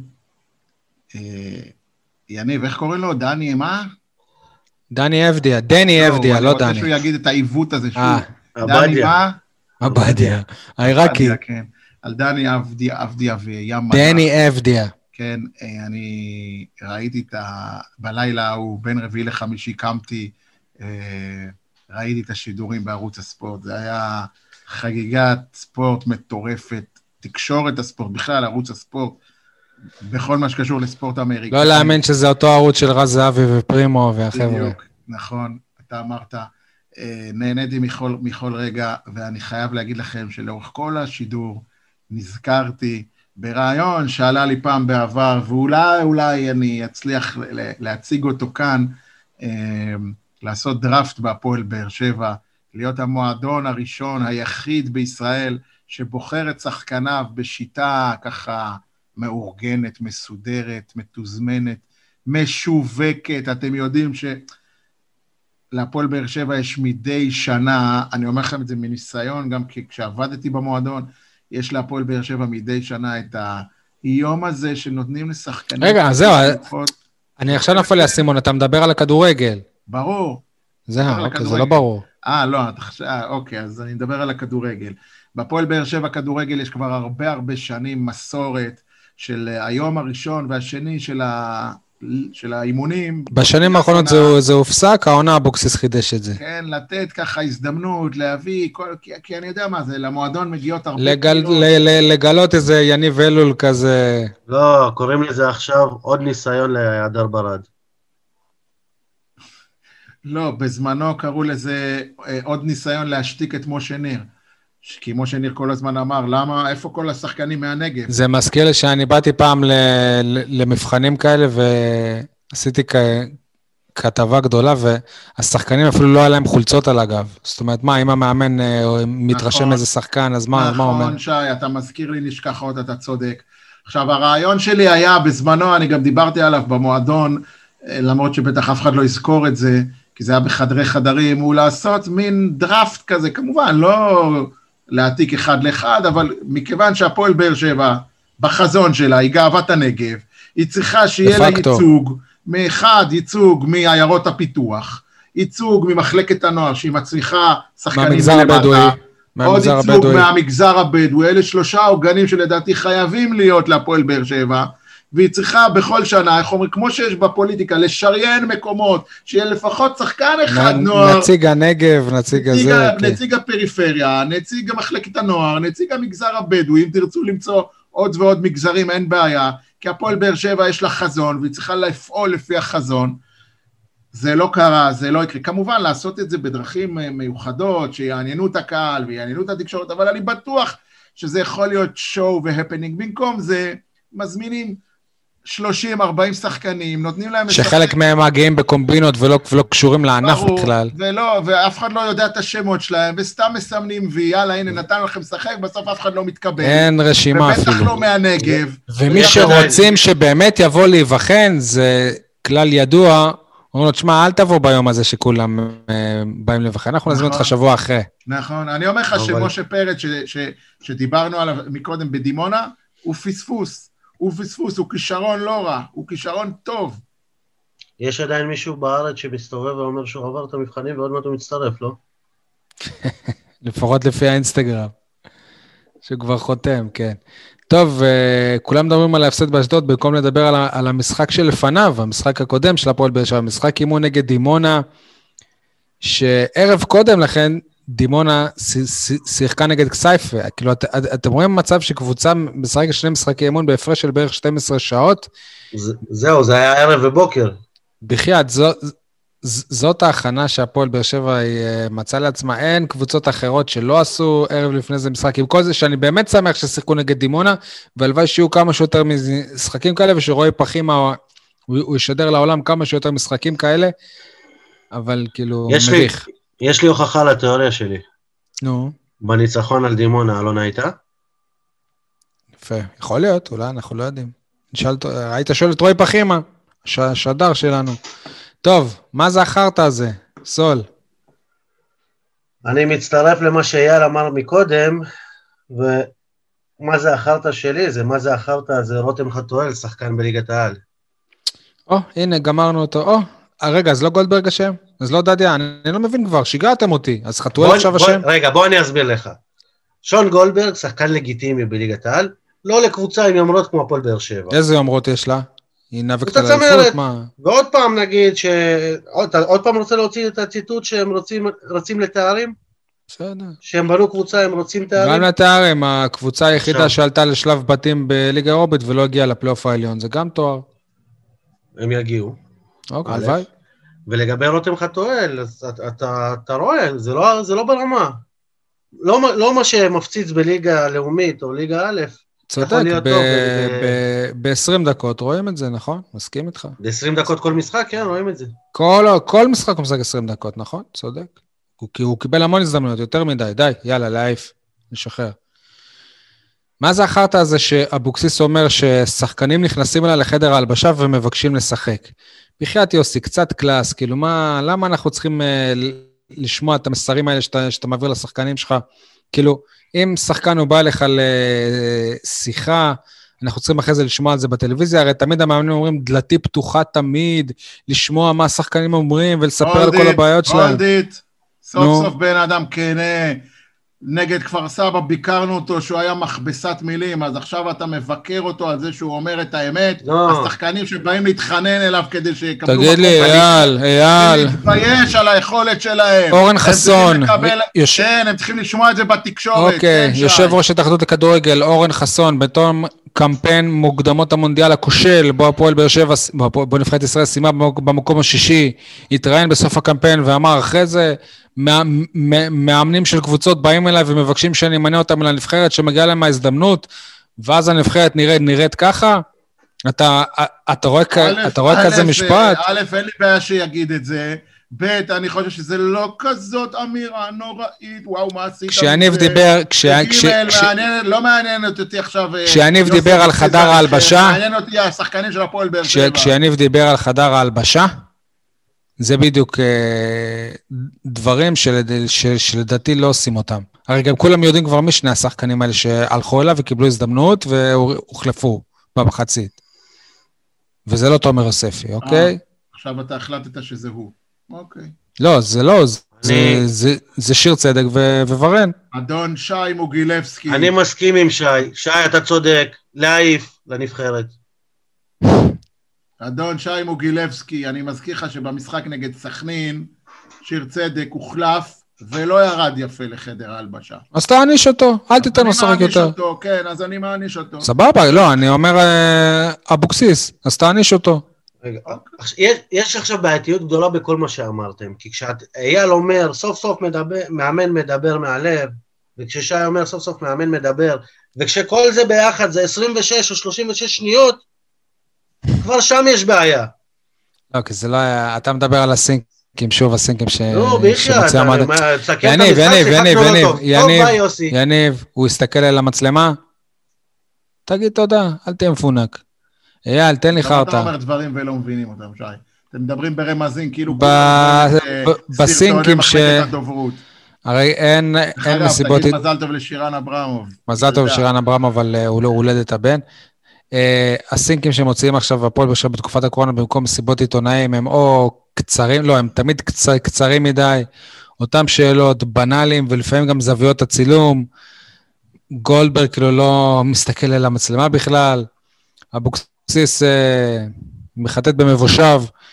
יניב, איך קוראים לו? דני, מה? דני אבדיה, דני אבדיה, לא דני. אני רוצה שהוא יגיד את העיוות הזה שוב. דני מה? אבדיה, העיראקי. על דני אבדיה, אבדיה וים מדע. דני אבדיה. כן, אני ראיתי את ה... בלילה ההוא, בין רביעי לחמישי קמתי, ראיתי את השידורים בערוץ הספורט, זה היה חגיגת ספורט מטורפת, תקשורת הספורט, בכלל ערוץ הספורט, בכל מה שקשור לספורט אמריקאי. לא להאמין שזה אותו ערוץ של רז זהבי ופרימו והחבר'ה. בדיוק, נכון, אתה אמרת, נהניתי מכל, מכל רגע, ואני חייב להגיד לכם שלאורך כל השידור נזכרתי ברעיון שעלה לי פעם בעבר, ואולי אולי אני אצליח להציג אותו כאן, לעשות דראפט בהפועל באר שבע, להיות המועדון הראשון, היחיד בישראל, שבוחר את שחקניו בשיטה ככה מאורגנת, מסודרת, מתוזמנת, משווקת. אתם יודעים שלהפועל באר שבע יש מדי שנה, אני אומר לכם את זה מניסיון, גם כשעבדתי במועדון, יש להפועל באר שבע מדי שנה את היום הזה שנותנים לשחקנים. רגע, זהו, אני עכשיו נפל לי סימון, אתה מדבר על הכדורגל. ברור. זהו, אוקיי, זה לא ברור. אה, לא, אוקיי, אז אני מדבר על הכדורגל. בהפועל באר שבע כדורגל יש כבר הרבה הרבה שנים מסורת של היום הראשון והשני של ה... של האימונים. בשנים האחרונות זה הופסק, העונה אבוקסיס חידש את זה. כן, לתת ככה הזדמנות, להביא, כי אני יודע מה זה, למועדון מגיעות הרבה... לגלות איזה יניב אלול כזה... לא, קוראים לזה עכשיו עוד ניסיון להדר ברד. לא, בזמנו קראו לזה עוד ניסיון להשתיק את משה ניר. כי משה ניר כל הזמן אמר, למה, איפה כל השחקנים מהנגב? זה מזכיר לי שאני באתי פעם למבחנים כאלה, ועשיתי כתבה גדולה, והשחקנים אפילו לא היה להם חולצות על הגב. זאת אומרת, מה, אם המאמן מתרשם איזה שחקן, אז מה הוא אומר? נכון, שי, אתה מזכיר לי נשכחות, אתה צודק. עכשיו, הרעיון שלי היה, בזמנו, אני גם דיברתי עליו במועדון, למרות שבטח אף אחד לא יזכור את זה, כי זה היה בחדרי חדרים, הוא לעשות מין דראפט כזה, כמובן, לא... להעתיק אחד לאחד, אבל מכיוון שהפועל באר שבע, בחזון שלה, היא גאוות הנגב, היא צריכה שיהיה לה ייצוג, מאחד ייצוג מעיירות הפיתוח, ייצוג ממחלקת הנוער, שהיא מצליחה שחקנים למטה, עוד ייצוג מהמגזר הבדואי, אלה שלושה עוגנים שלדעתי חייבים להיות להפועל באר שבע, והיא צריכה בכל שנה, איך אומרים, כמו שיש בפוליטיקה, לשריין מקומות, שיהיה לפחות שחקן אחד נוער. נציג הנגב, נציג הזה. נציג הפריפריה, נציג מחלקת הנוער, נציג המגזר הבדואי, אם תרצו למצוא עוד ועוד מגזרים, אין בעיה, כי הפועל באר שבע יש לה חזון, והיא צריכה לפעול לפי החזון. זה לא קרה, זה לא יקרה. כמובן, לעשות את זה בדרכים מיוחדות, שיעניינו את הקהל ויעניינו את התקשורת, אבל אני בטוח שזה יכול להיות שואו והפנינג. במקום זה, מזמינים שלושים ארבעים שחקנים, נותנים להם... שחלק מהם מגיעים בקומבינות ולא, ולא קשורים לענף ברור, בכלל. ולא, ואף אחד לא יודע את השמות שלהם, וסתם מסמנים, ויאללה, הנה, נתן לכם לשחק, בסוף אף אחד לא מתקבל. אין רשימה אפילו. ובטח לא מהנגב. ומי שרוצים שבאמת יבוא להיבחן, זה כלל ידוע, אומרים לו, תשמע, אל תבוא ביום הזה שכולם באים לבחן, אנחנו נזמין אותך שבוע אחרי. נכון, אני אומר לך שמשה פרץ, שדיברנו עליו מקודם בדימונה, הוא פספוס. הוא פספוס, הוא כישרון לא רע, הוא כישרון טוב. יש עדיין מישהו בארץ שמסתובב ואומר שהוא עבר את המבחנים ועוד מעט הוא מצטרף, לא? לפחות לפי האינסטגרם, שהוא כבר חותם, כן. טוב, כולם מדברים על ההפסד באשדוד, במקום לדבר על, על המשחק שלפניו, המשחק הקודם של הפועל באר שבע, המשחק אימון נגד דימונה, שערב קודם לכן, דימונה שיחקה נגד כסייפה. כאילו, את, את, אתם רואים מצב שקבוצה משחקת שני משחקי אימון בהפרש של בערך שתים עשרה שעות? זה, זהו, זה היה ערב ובוקר. בחייאת, זו, זאת ההכנה שהפועל באר שבע מצאה לעצמה. אין קבוצות אחרות שלא עשו ערב לפני זה משחק. עם כל זה שאני באמת שמח ששיחקו נגד דימונה, והלוואי שיהיו כמה שיותר משחקים כאלה, ושרועי פחימה, הוא, הוא ישדר לעולם כמה שיותר משחקים כאלה, אבל כאילו מביך. יש לי הוכחה לתיאוריה שלי. נו. בניצחון על דימונה, אלונה הייתה? יפה, יכול להיות, אולי אנחנו לא יודעים. היית שואל את רועי פחימה, השדר שלנו. טוב, מה זה החרטא הזה? סול. אני מצטרף למה שאייל אמר מקודם, ומה זה החרטא שלי? זה מה זה החרטא? זה רותם חתואל, שחקן בליגת העל. או, הנה, גמרנו אותו. או, רגע, אז לא גולדברג השם? אז לא דדיה, אני, אני לא מבין כבר, שיגעתם אותי, אז חתואל עכשיו בוא, השם? רגע, בוא אני אסביר לך. שון גולדברג, שחקן לגיטימי בליגת העל, לא לקבוצה עם יומרות כמו הפועל באר שבע. איזה יומרות יש לה? היא נאבקת על האליפות, מה? ועוד פעם נגיד, ש... עוד, עוד פעם רוצה להוציא את הציטוט שהם רוצים, רוצים לתארים? בסדר. שהם בנו קבוצה, הם רוצים תארים? גם לתארים, הקבוצה היחידה שעלתה לשלב בתים בליגה אירופית ולא הגיעה לפלייאוף העליון, זה גם תואר. הם יגיעו. אוקיי, הלוואי. ולגבי רותם חתואל, אז אתה, אתה, אתה רואה, זה לא, זה לא ברמה. לא, לא מה שמפציץ בליגה הלאומית או ליגה א', צודק, ב-עשרים דקות רואים את זה, נכון? מסכים איתך. ב-עשרים דקות כל משחק, כן, רואים את זה. כל משחק הוא משחק עשרים דקות, נכון? צודק. כי הוא קיבל המון הזדמנויות, יותר מדי, די, יאללה, להעיף, נשחרר. מה זה החרטא הזה שאבוקסיס אומר ששחקנים נכנסים אליי לחדר ההלבשה ומבקשים לשחק? בחייאת יוסי, קצת קלאס, כאילו מה, למה אנחנו צריכים לשמוע את המסרים האלה שאתה, שאתה מעביר לשחקנים שלך? כאילו, אם שחקן הוא בא לך לשיחה, אנחנו צריכים אחרי זה לשמוע על זה בטלוויזיה, הרי תמיד המאמנים אומרים, דלתי פתוחה תמיד, לשמוע מה השחקנים אומרים, ולספר על כל הבעיות שלהם. הולדית, סוף סוף בן אדם כנה, נגד כפר סבא ביקרנו אותו שהוא היה מכבסת מילים, אז עכשיו אתה מבקר אותו על זה שהוא אומר את האמת, השחקנים שבאים להתחנן אליו כדי שיקבלו... תגיד לי, אייל, אייל. להתבייש על היכולת שלהם. אורן חסון. כן, הם צריכים לשמוע את זה בתקשורת. אוקיי, יושב ראש התאחדות לכדורגל, אורן חסון, בתום קמפיין מוקדמות המונדיאל הכושל, בו הפועל באר שבע, בו נבחרת ישראל סיימה במקום השישי, התראיין בסוף הקמפיין ואמר אחרי זה, מאמנים של קבוצות באים אליי ומבקשים שאני אמנה אותם לנבחרת שמגיעה להם ההזדמנות, ואז הנבחרת נראית, נראית ככה? אתה, אתה רואה, אתה רואה כזה משפט? א', אין לי בעיה שיגיד את זה, ב', אני חושב שזה לא כזאת אמירה נוראית, וואו, מה עשית? כשאניב דיבר, לא מעניינת אותי עכשיו... כשאניב דיבר על חדר ההלבשה, מעניין אותי השחקנים של הפועל באר שבע. כשאניב דיבר על חדר ההלבשה, זה בדיוק דברים שלדעתי לא עושים אותם. הרי גם כולם יודעים כבר מי שני השחקנים האלה שהלכו אליו וקיבלו הזדמנות והוחלפו במחצית. וזה לא תומר יוספי, אוקיי? עכשיו אתה החלטת שזה הוא. אוקיי. לא, זה לא, זה שיר צדק וורן. אדון שי מוגילבסקי. אני מסכים עם שי. שי, אתה צודק. להעיף לנבחרת. אדון שי מוגילבסקי, אני מזכיר לך שבמשחק נגד סכנין, שיר צדק הוחלף, ולא ירד יפה לחדר ההלבשה. אז תעניש אותו, אל תיתן לו שחק יותר. אני מעניש אותו, כן, אז אני מעניש אותו. סבבה, לא, אני אומר אבוקסיס, אז תעניש אותו. רגע, יש, יש עכשיו בעייתיות גדולה בכל מה שאמרתם, כי כשאייל אומר, סוף סוף מדבר, מאמן מדבר מהלב, וכששי אומר סוף סוף מאמן מדבר, וכשכל זה ביחד זה עשרים ושש או שלושים ושש שניות, כבר שם יש בעיה. לא, כי זה לא היה, אתה מדבר על הסינקים, שוב הסינקים ש... לא, ביחד, יניב, יניב, יניב, יניב, יניב, יניב, הוא הסתכל על המצלמה, תגיד תודה, אל תהיה מפונק. אייל, תן לי חרטה. אתה אומר דברים ולא מבינים אותם, שי. אתם מדברים ברמזים, כאילו... בסינקים ש... הרי אין מסיבות... תגיד מזל טוב לשירן אברמוב. מזל טוב לשירן אברמוב, אבל הוא לא הולד את הבן. הסינקים שמוציאים עכשיו הפועל באר שבע בתקופת הקורונה במקום מסיבות עיתונאים הם או קצרים, לא, הם תמיד קצר, קצרים מדי, אותם שאלות בנאליים ולפעמים גם זוויות הצילום, גולדברג כאילו לא מסתכל על המצלמה בכלל, אבוקסיס אה, מחטט במבושב,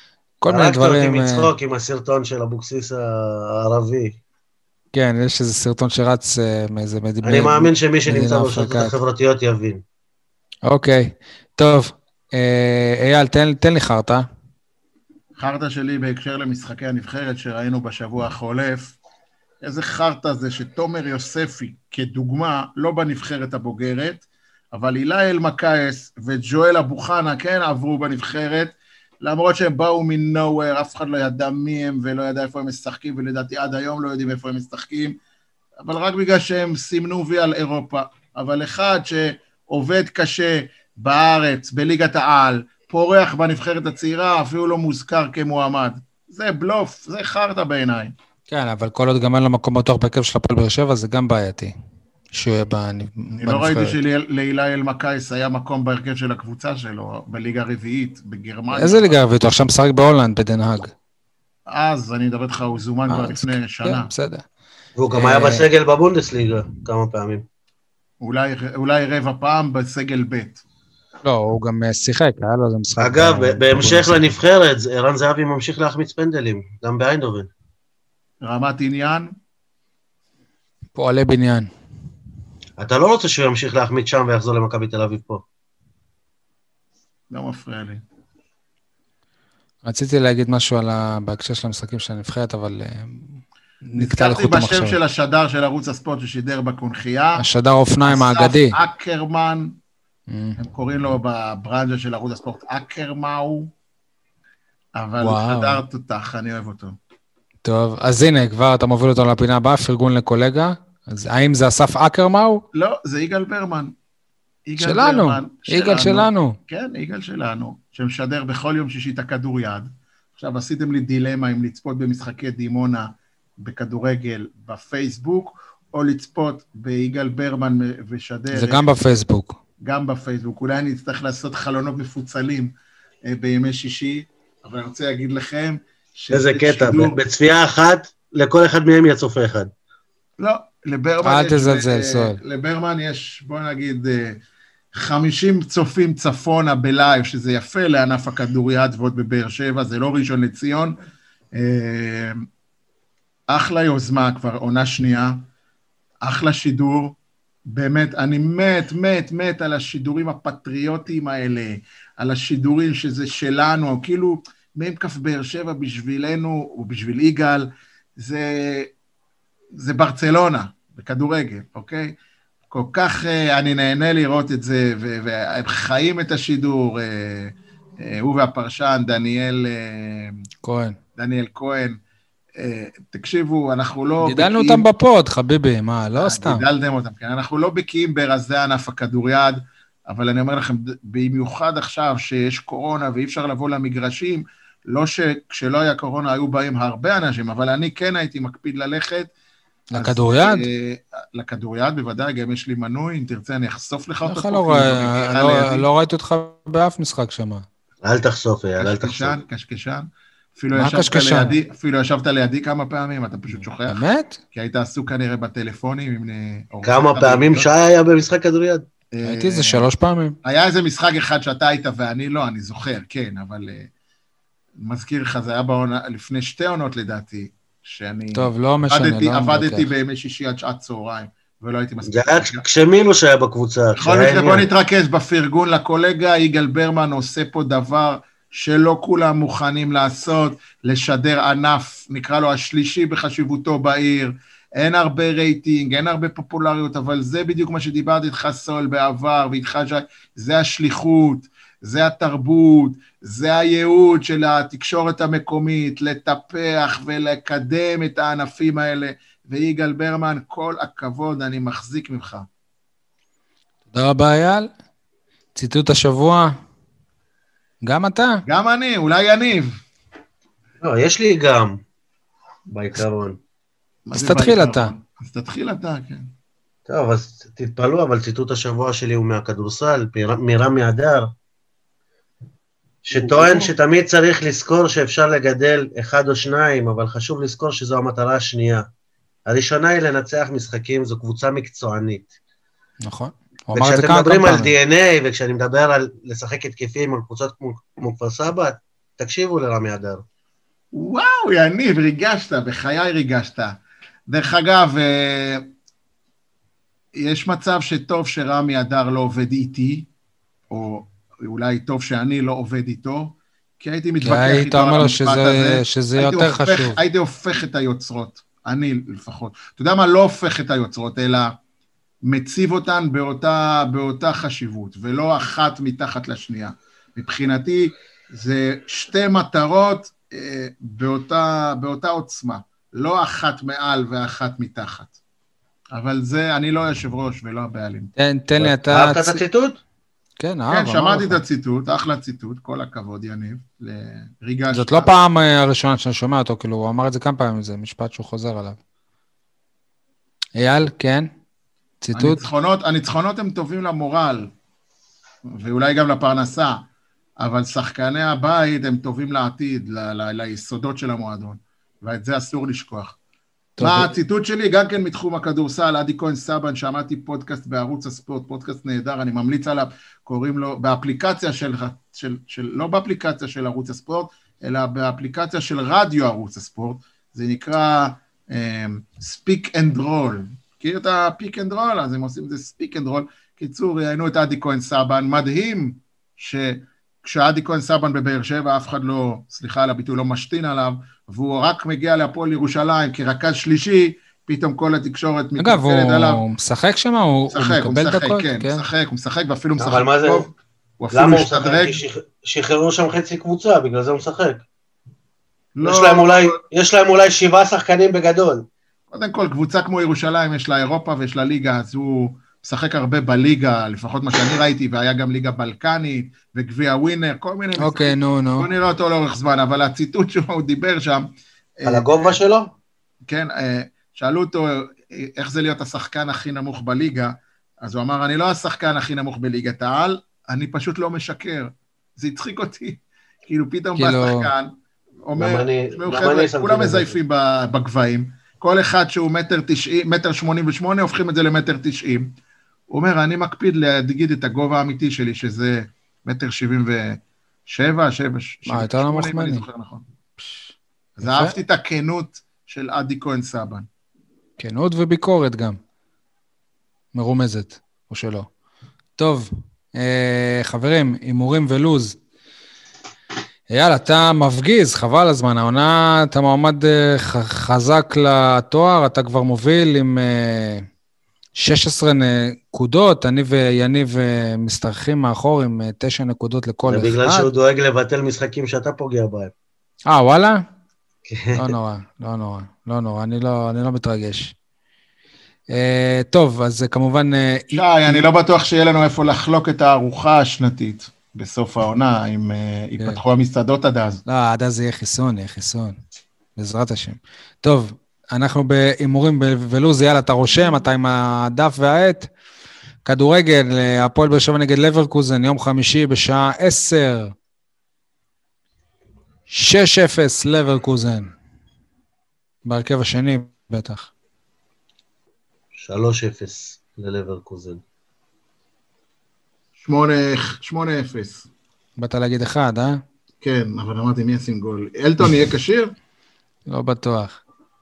כל מיני דברים... הרגת אותי מצחוק עם הסרטון של אבוקסיס הערבי. כן, יש איזה סרטון שרץ מאיזה... אני מאמין שמי שנמצא ברשתות החברתיות יבין. אוקיי, טוב. אייל, תן לי חרטה. חרטה שלי בהקשר למשחקי הנבחרת שראינו בשבוע החולף, איזה חרטה זה שתומר יוספי, כדוגמה, לא בנבחרת הבוגרת, אבל אילי אלמקייס וג'ואל אבו חנה כן עברו בנבחרת, למרות שהם באו מנוהוור, אף אחד לא ידע מי הם ולא ידע איפה הם משחקים, ולדעתי עד היום לא יודעים איפה הם משחקים, אבל רק בגלל שהם סימנו וי על אירופה. אבל אחד שעובד קשה בארץ, בליגת העל, פורח בנבחרת הצעירה, אפילו לא מוזכר כמועמד. זה בלוף, זה חרטה בעיניי. כן, אבל כל עוד גם אין לו מקום בטוח בהרכב של הפועל באר שבע, זה גם בעייתי. שהוא יהיה בנבחרת. אני לא ראיתי שלאילי אלמקייס היה מקום בהרכב של הקבוצה שלו, בליגה הרביעית, בגרמניה. איזה ליגה הרביעית? הוא עכשיו משחק בהולנד, בדנהאג. אז אני אדבר לך, הוא זומן כבר לפני שנה. בסדר. והוא גם היה בסגל בבונדסליגה כמה פעמים. אולי רבע פעם בסגל ב'. לא, הוא גם שיחק, היה לו איזה משחק. אגב, בהמשך לנבחרת, ערן זהבי ממשיך להחמיץ פנדלים, גם באיינדובן. רמת עניין? פועלי בניין. אתה לא רוצה שהוא ימשיך להחמיץ שם ויחזור למכבי תל אביב פה? לא מפריע לי. רציתי להגיד משהו על בהקשר של המשחקים של הנבחרת, אבל נקטע לחוט המחשב. נזכרתי בשם של השדר של ערוץ הספורט ששידר בקונחייה. השדר אופניים האגדי. אסף אקרמן. הם קוראים לו בברנז'ה של ערוץ הספורט אקרמאו, אבל הוא שדר תותח, אני אוהב אותו. טוב, אז הנה, כבר אתה מוביל אותו לפינה הבאה, פרגון לקולגה. אז האם זה אסף אקרמאו? לא, זה יגאל ברמן. שלנו, יגאל שלנו. כן, יגאל שלנו, שמשדר בכל יום שישי את הכדור יד. עכשיו עשיתם לי דילמה אם לצפות במשחקי דימונה בכדורגל בפייסבוק, או לצפות ביגאל ברמן ושדר... זה גם בפייסבוק. גם בפייסבוק. אולי אני אצטרך לעשות חלונות מפוצלים בימי שישי, אבל אני רוצה להגיד לכם... איזה קטע, בצפייה אחת, לכל אחד מהם יהיה צופה אחד. לא, לברמן אל תזלזל, סול. לברמן יש, בוא נגיד, חמישים צופים צפונה בלייב, שזה יפה לענף הכדוריד ועוד בבאר שבע, זה לא ראשון לציון. אחלה יוזמה, כבר עונה שנייה, אחלה שידור, באמת, אני מת, מת, מת על השידורים הפטריוטיים האלה, על השידורים שזה שלנו, כאילו, מהם כף באר שבע בשבילנו, ובשביל יגאל, זה, זה ברצלונה, בכדורגל, אוקיי? כל כך אני נהנה לראות את זה, והם חיים את השידור, הוא והפרשן, דניאל כהן. דניאל כהן, תקשיבו, אנחנו לא... גידלנו אותם בפוד, חביבי, מה, לא סתם. גידלתם אותם, כן, אנחנו לא בקיאים ברזי ענף הכדוריד, אבל אני אומר לכם, במיוחד עכשיו שיש קורונה ואי אפשר לבוא למגרשים, לא שכשלא היה קורונה היו באים הרבה אנשים, אבל אני כן הייתי מקפיד ללכת. לכדוריד? לכדוריד, בוודאי, גם יש לי מנוי, אם תרצה אני אחשוף לך אותו. לא ראיתי אותך באף משחק שם. אל תחשוף, אל תחשוף. קשקשן, קשקשן. מה קשקשן? אפילו ישבת לידי כמה פעמים, אתה פשוט שוכח. באמת? כי היית עסוק כנראה בטלפונים. כמה פעמים שי היה במשחק כדוריד? הייתי איזה שלוש פעמים. היה איזה משחק אחד שאתה היית ואני לא, אני זוכר, כן, אבל מזכיר לך, זה היה לפני שתי עונות לדעתי, שאני... טוב, לא משנה. עבדתי בימי שישי עד שעת צהריים, ולא הייתי מספיק. זה היה כשמינוס היה בקבוצה. בוא נתרכז בפרגון לקולגה, יגאל ברמן עושה פה דבר שלא כולם מוכנים לעשות, לשדר ענף, נקרא לו השלישי בחשיבותו בעיר, אין הרבה רייטינג, אין הרבה פופולריות, אבל זה בדיוק מה שדיברתי איתך סול בעבר, ואיתך שי, זה השליחות, זה התרבות, זה הייעוד של התקשורת המקומית, לטפח ולקדם את הענפים האלה, ויגאל ברמן, כל הכבוד, אני מחזיק ממך. תודה רבה, אייל. ציטוט השבוע. גם אתה? גם אני, אולי יניב. לא, יש לי גם, בעיקרון. אז תתחיל אתה. אז תתחיל אתה, כן. טוב, אז תתפלו, אבל ציטוט השבוע שלי הוא מהכדורסל, מרמי אדר, שטוען שתמיד צריך לזכור שאפשר לגדל אחד או שניים, אבל חשוב לזכור שזו המטרה השנייה. הראשונה היא לנצח משחקים, זו קבוצה מקצוענית. נכון. וכשאתם מדברים על די אן איי, וכשאני מדבר על לשחק התקפים על קבוצות כמו כפר סבא, תקשיבו לרמי אדר. וואו, יניב, ריגשת, בחיי ריגשת. דרך אגב, יש מצב שטוב שרמי אדר לא עובד איתי, או אולי טוב שאני לא עובד איתו, כי הייתי מתווכח איתו על המשפט הזה. שזה יותר חשוב. הייתי הופך את היוצרות, אני לפחות. אתה יודע מה? לא הופך את היוצרות, אלא מציב אותן באותה, באותה חשיבות, ולא אחת מתחת לשנייה. מבחינתי, זה שתי מטרות אה, באותה, באותה עוצמה, לא אחת מעל ואחת מתחת. אבל זה, אני לא יושב ראש ולא הבעלים. תן, תן לי, אתה... אהבת את הציטוט? כן, כן, שמעתי את הציטוט, אחלה ציטוט, כל הכבוד, יניב, לריגשת. זאת לא פעם הראשונה שאני שומע אותו, כאילו, הוא אמר את זה כמה פעמים, זה משפט שהוא חוזר עליו. אייל, כן? ציטוט? הניצחונות, הניצחונות הם טובים למורל, ואולי גם לפרנסה, אבל שחקני הבית הם טובים לעתיד, ל- ל- ליסודות של המועדון, ואת זה אסור לשכוח. מה הציטוט שלי? גם כן מתחום הכדורסל, עדי כהן סבן, שמעתי פודקאסט בערוץ הספורט, פודקאסט נהדר, אני ממליץ עליו, קוראים לו, באפליקציה של, של, של, לא באפליקציה של ערוץ הספורט, אלא באפליקציה של רדיו ערוץ הספורט, זה נקרא um, Speak and Roll, מכיר את ה-Pick and Roll, אז הם עושים את זה Speak and Roll, קיצור, ראיינו את עדי כהן סבן, מדהים שכשעדי כהן סבן בבאר שבע, אף אחד לא, סליחה על הביטוי, לא משתין עליו, והוא רק מגיע להפועל ירושלים כרכז שלישי, פתאום כל התקשורת מתנצלת עליו. אגב, הוא משחק שם? הוא מקבל דקות? כן, הוא משחק, הוא משחק, ואפילו משחק טוב. למה הוא משחק? שחררו שם חצי קבוצה, בגלל זה הוא משחק. יש להם אולי שבעה שחקנים בגדול. קודם כל, קבוצה כמו ירושלים, יש לה אירופה ויש לה ליגה, אז הוא משחק הרבה בליגה, לפחות מה שאני ראיתי, והיה גם ליגה בלקנית, וגביע ווינר, כל מיני... אוקיי, נו, נו. בוא נראה אותו לאורך זמן, אבל הציטוט שהוא דיבר שם... על הגובה שלו? כן, שאלו אותו איך זה להיות השחקן הכי נמוך בליגה, אז הוא אמר, אני לא השחקן הכי נמוך בליגת העל, אני פשוט לא משקר. זה הצחיק אותי. כאילו, פתאום בא שחקן, אומר, כולם מזייפים בגבהים, כל אחד שהוא מטר תשעים, מטר שמונים ושמונה, הופכים את זה למטר תשעים. הוא אומר, אני מקפיד להגיד את הגובה האמיתי שלי, שזה מטר שבעים ושבע, שבע, מה, יותר נמוך ממני? אני זוכר נכון. אז אהבתי את הכנות של עדי כהן סבן. כנות וביקורת גם. מרומזת, או שלא. טוב, אה, חברים, הימורים ולוז. יאללה, אתה מפגיז, חבל הזמן, העונה, אתה מעמד חזק לתואר, אתה כבר מוביל עם שש עשרה נקודות, אני ויניב מסתרחים מאחור עם תשע נקודות לכל אחד. זה בגלל שהוא דואג לבטל משחקים שאתה פוגע בהם. אה, וואלה? לא נורא, לא נורא, לא נורא, אני לא, אני לא מתרגש. טוב, אז כמובן... שי, אני לא בטוח שיהיה לנו איפה לחלוק את הארוחה השנתית. בסוף העונה, אם ייפתחו המסעדות עד אז. לא, עד אז יהיה חיסון, יהיה חיסון. בעזרת השם. טוב, אנחנו באימורים ולוז, יאללה, אתה רושם, אתה עם הדף והעט. כדורגל, הפועל באר שבע נגד לברקוזן, יום חמישי בשעה עשר. שש אפס לברקוזן. בהרכב השני, בטח. שלוש אפס ללברקוזן. שמונה אפס. באת להגיד אחד, אה? כן, אבל אמרתי מי ישים גול. אלטון יהיה קשיר? לא בטוח.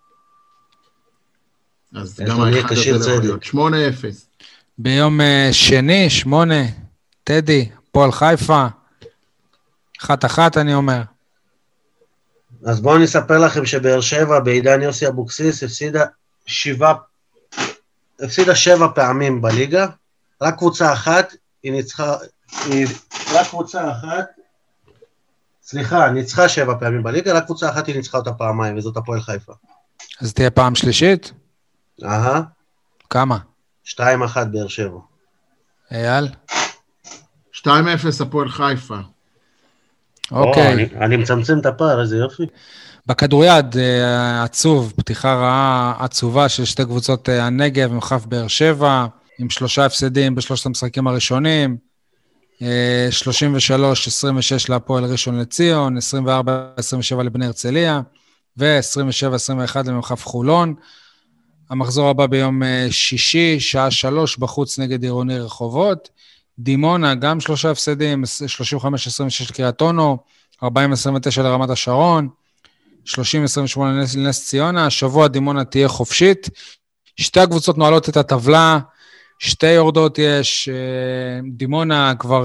אז גם האחד הזה לא יכול להיות. שמונה אפס. ביום שני, שמונה, טדי, פועל חיפה. אחת אחת, אני אומר. אז בואו נספר לכם שבאר שבע, בעידן יוסי אבוקסיס, הפסידה שבע, הפסידה שבע פעמים בליגה, רק קבוצה אחת, היא ניצחה, היא, רק קבוצה אחת, סליחה, ניצחה שבע פעמים בליגה, רק קבוצה אחת היא ניצחה אותה פעמיים, וזאת הפועל חיפה. אז תהיה פעם שלישית? אהה. כמה? שתיים אחת באר שבע. אייל? שתיים אפס הפועל חיפה. אוקיי. אני, אני מצמצם את הפער, איזה יופי. בכדוריד, עצוב, פתיחה רעה עצובה של שתי קבוצות הנגב, מחף באר שבע, עם שלושה הפסדים בשלושת המשחקים הראשונים, שלושים ושלוש עשרים ושש להפועל ראשון לציון, עשרים וארבע עשרים ושבע לבני הרצליה, ו-עשרים ושבע עשרים ואחת למחף חולון. המחזור הבא ביום שישי, שעה שלוש, בחוץ נגד עירוני רחובות. דימונה, גם שלושה הפסדים, שלושים וחמש עשרים ושש לקריית אונו, ארבעים עשרים ותשע לרמת השרון, שלושים עשרים ושמונה לנס ציונה, השבוע דימונה תהיה חופשית, שתי הקבוצות נועלות את הטבלה, שתי יורדות יש, דימונה כבר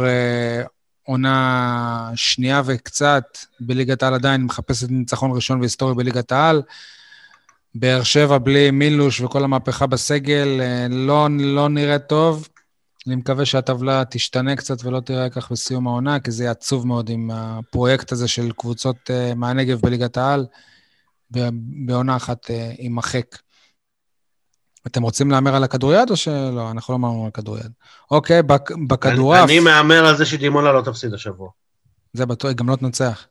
עונה שנייה וקצת, בליגת העל עדיין מחפשת ניצחון ראשון והיסטורי בליגת העל, באר שבע בלי מילוש וכל המהפכה בסגל, לא, לא נראה טוב, אני מקווה שהטבלה תשתנה קצת ולא תראה כך בסיום העונה, כי זה יעצוב מאוד עם הפרויקט הזה של קבוצות מהנגב בליגת העל, בעונה אחת יימחק. אתם רוצים לאמר על הכדוריד או שלא? אנחנו לא מאמרים על הכדוריד. אוקיי, בכדורף... אני מאמר על זה שדימונה לא תפסיד השבוע. זה בטוח, גם לא תנצח.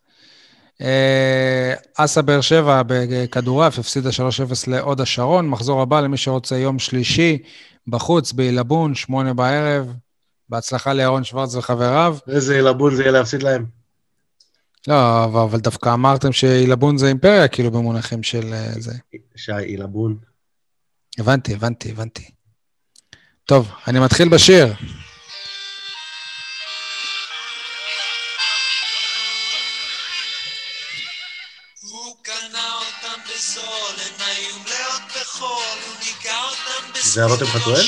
אסה באר שבע בכדורף, הפסידה שלוש אפס לעוד השרון, מחזור הבא למי שרוצה יום שלישי, בחוץ, באילבון, שמונה בערב, בהצלחה לירון שוורץ וחבריו. איזה אילבון זה יהיה להפסיד להם? לא, אבל דווקא אמרתם שאילבון זה אימפריה, כאילו במונחים של זה. שהאילבון. הבנתי, הבנתי, הבנתי. טוב, אני מתחיל בשיר. הוא קנה אותם בזול, הם היו מלאות בחול, הוא ניקה אותם בסביב זה הרותם חתואל?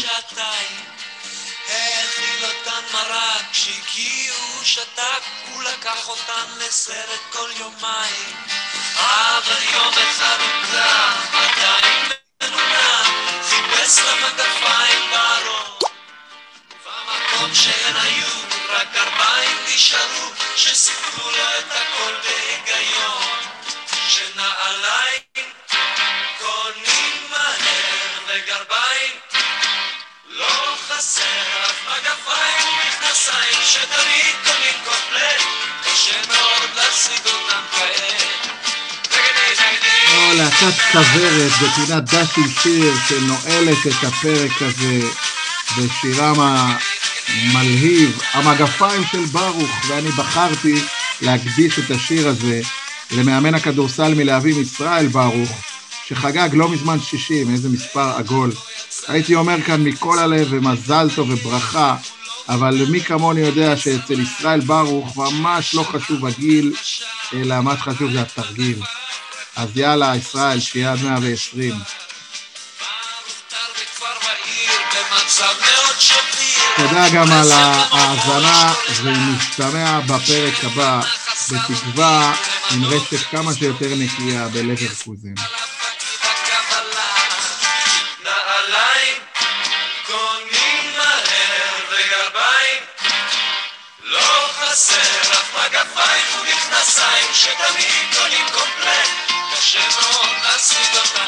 האכיל אותם מרק, כשהגיעו שתק, הוא לקח אותם לסרט כל יומיים, אבל יום אחד הוא קרא, עדיין מנונה, חיפש למגפיים בראש, ובמקום שהן היו, רק ארבעים נשארו, שסיפרו לו את הכל בהיגיון, שנעליים קונים מהר וגרביים, לא חסר אף מגפיים ומכנסיים, שתמיד קונים קומפלט, קשה מאוד להשיג אותם כעת. או להקת כוורת בפינת דש עם שיר שנועלת את הפרק הזה בשירם המלהיב, המגפיים של ברוך, ואני בחרתי להקדיש את השיר הזה למאמן הכדורסל מלהבים ישראל ברוך, שחגג לא מזמן שישים, איזה מספר עגול. הייתי אומר כאן מכל הלב ומזל טוב וברכה, אבל מי כמוני יודע שאצל ישראל ברוך ממש לא חשוב הגיל, אלא מה חשוב זה התרגיל. אז יאללה, ישראל, שיהיה עד מאה ועשרים. תודה גם על ההאזנה, ונשתמע בפרק הבא, בתקווה עם רשת כמה שיותר נקייה בלברקוזן. נעליים קונים מהר וגרביים, לא חסר אף מגפיים ומכנסיים, שתמיד קונים קומפלט, קשה מאוד להשיג אותם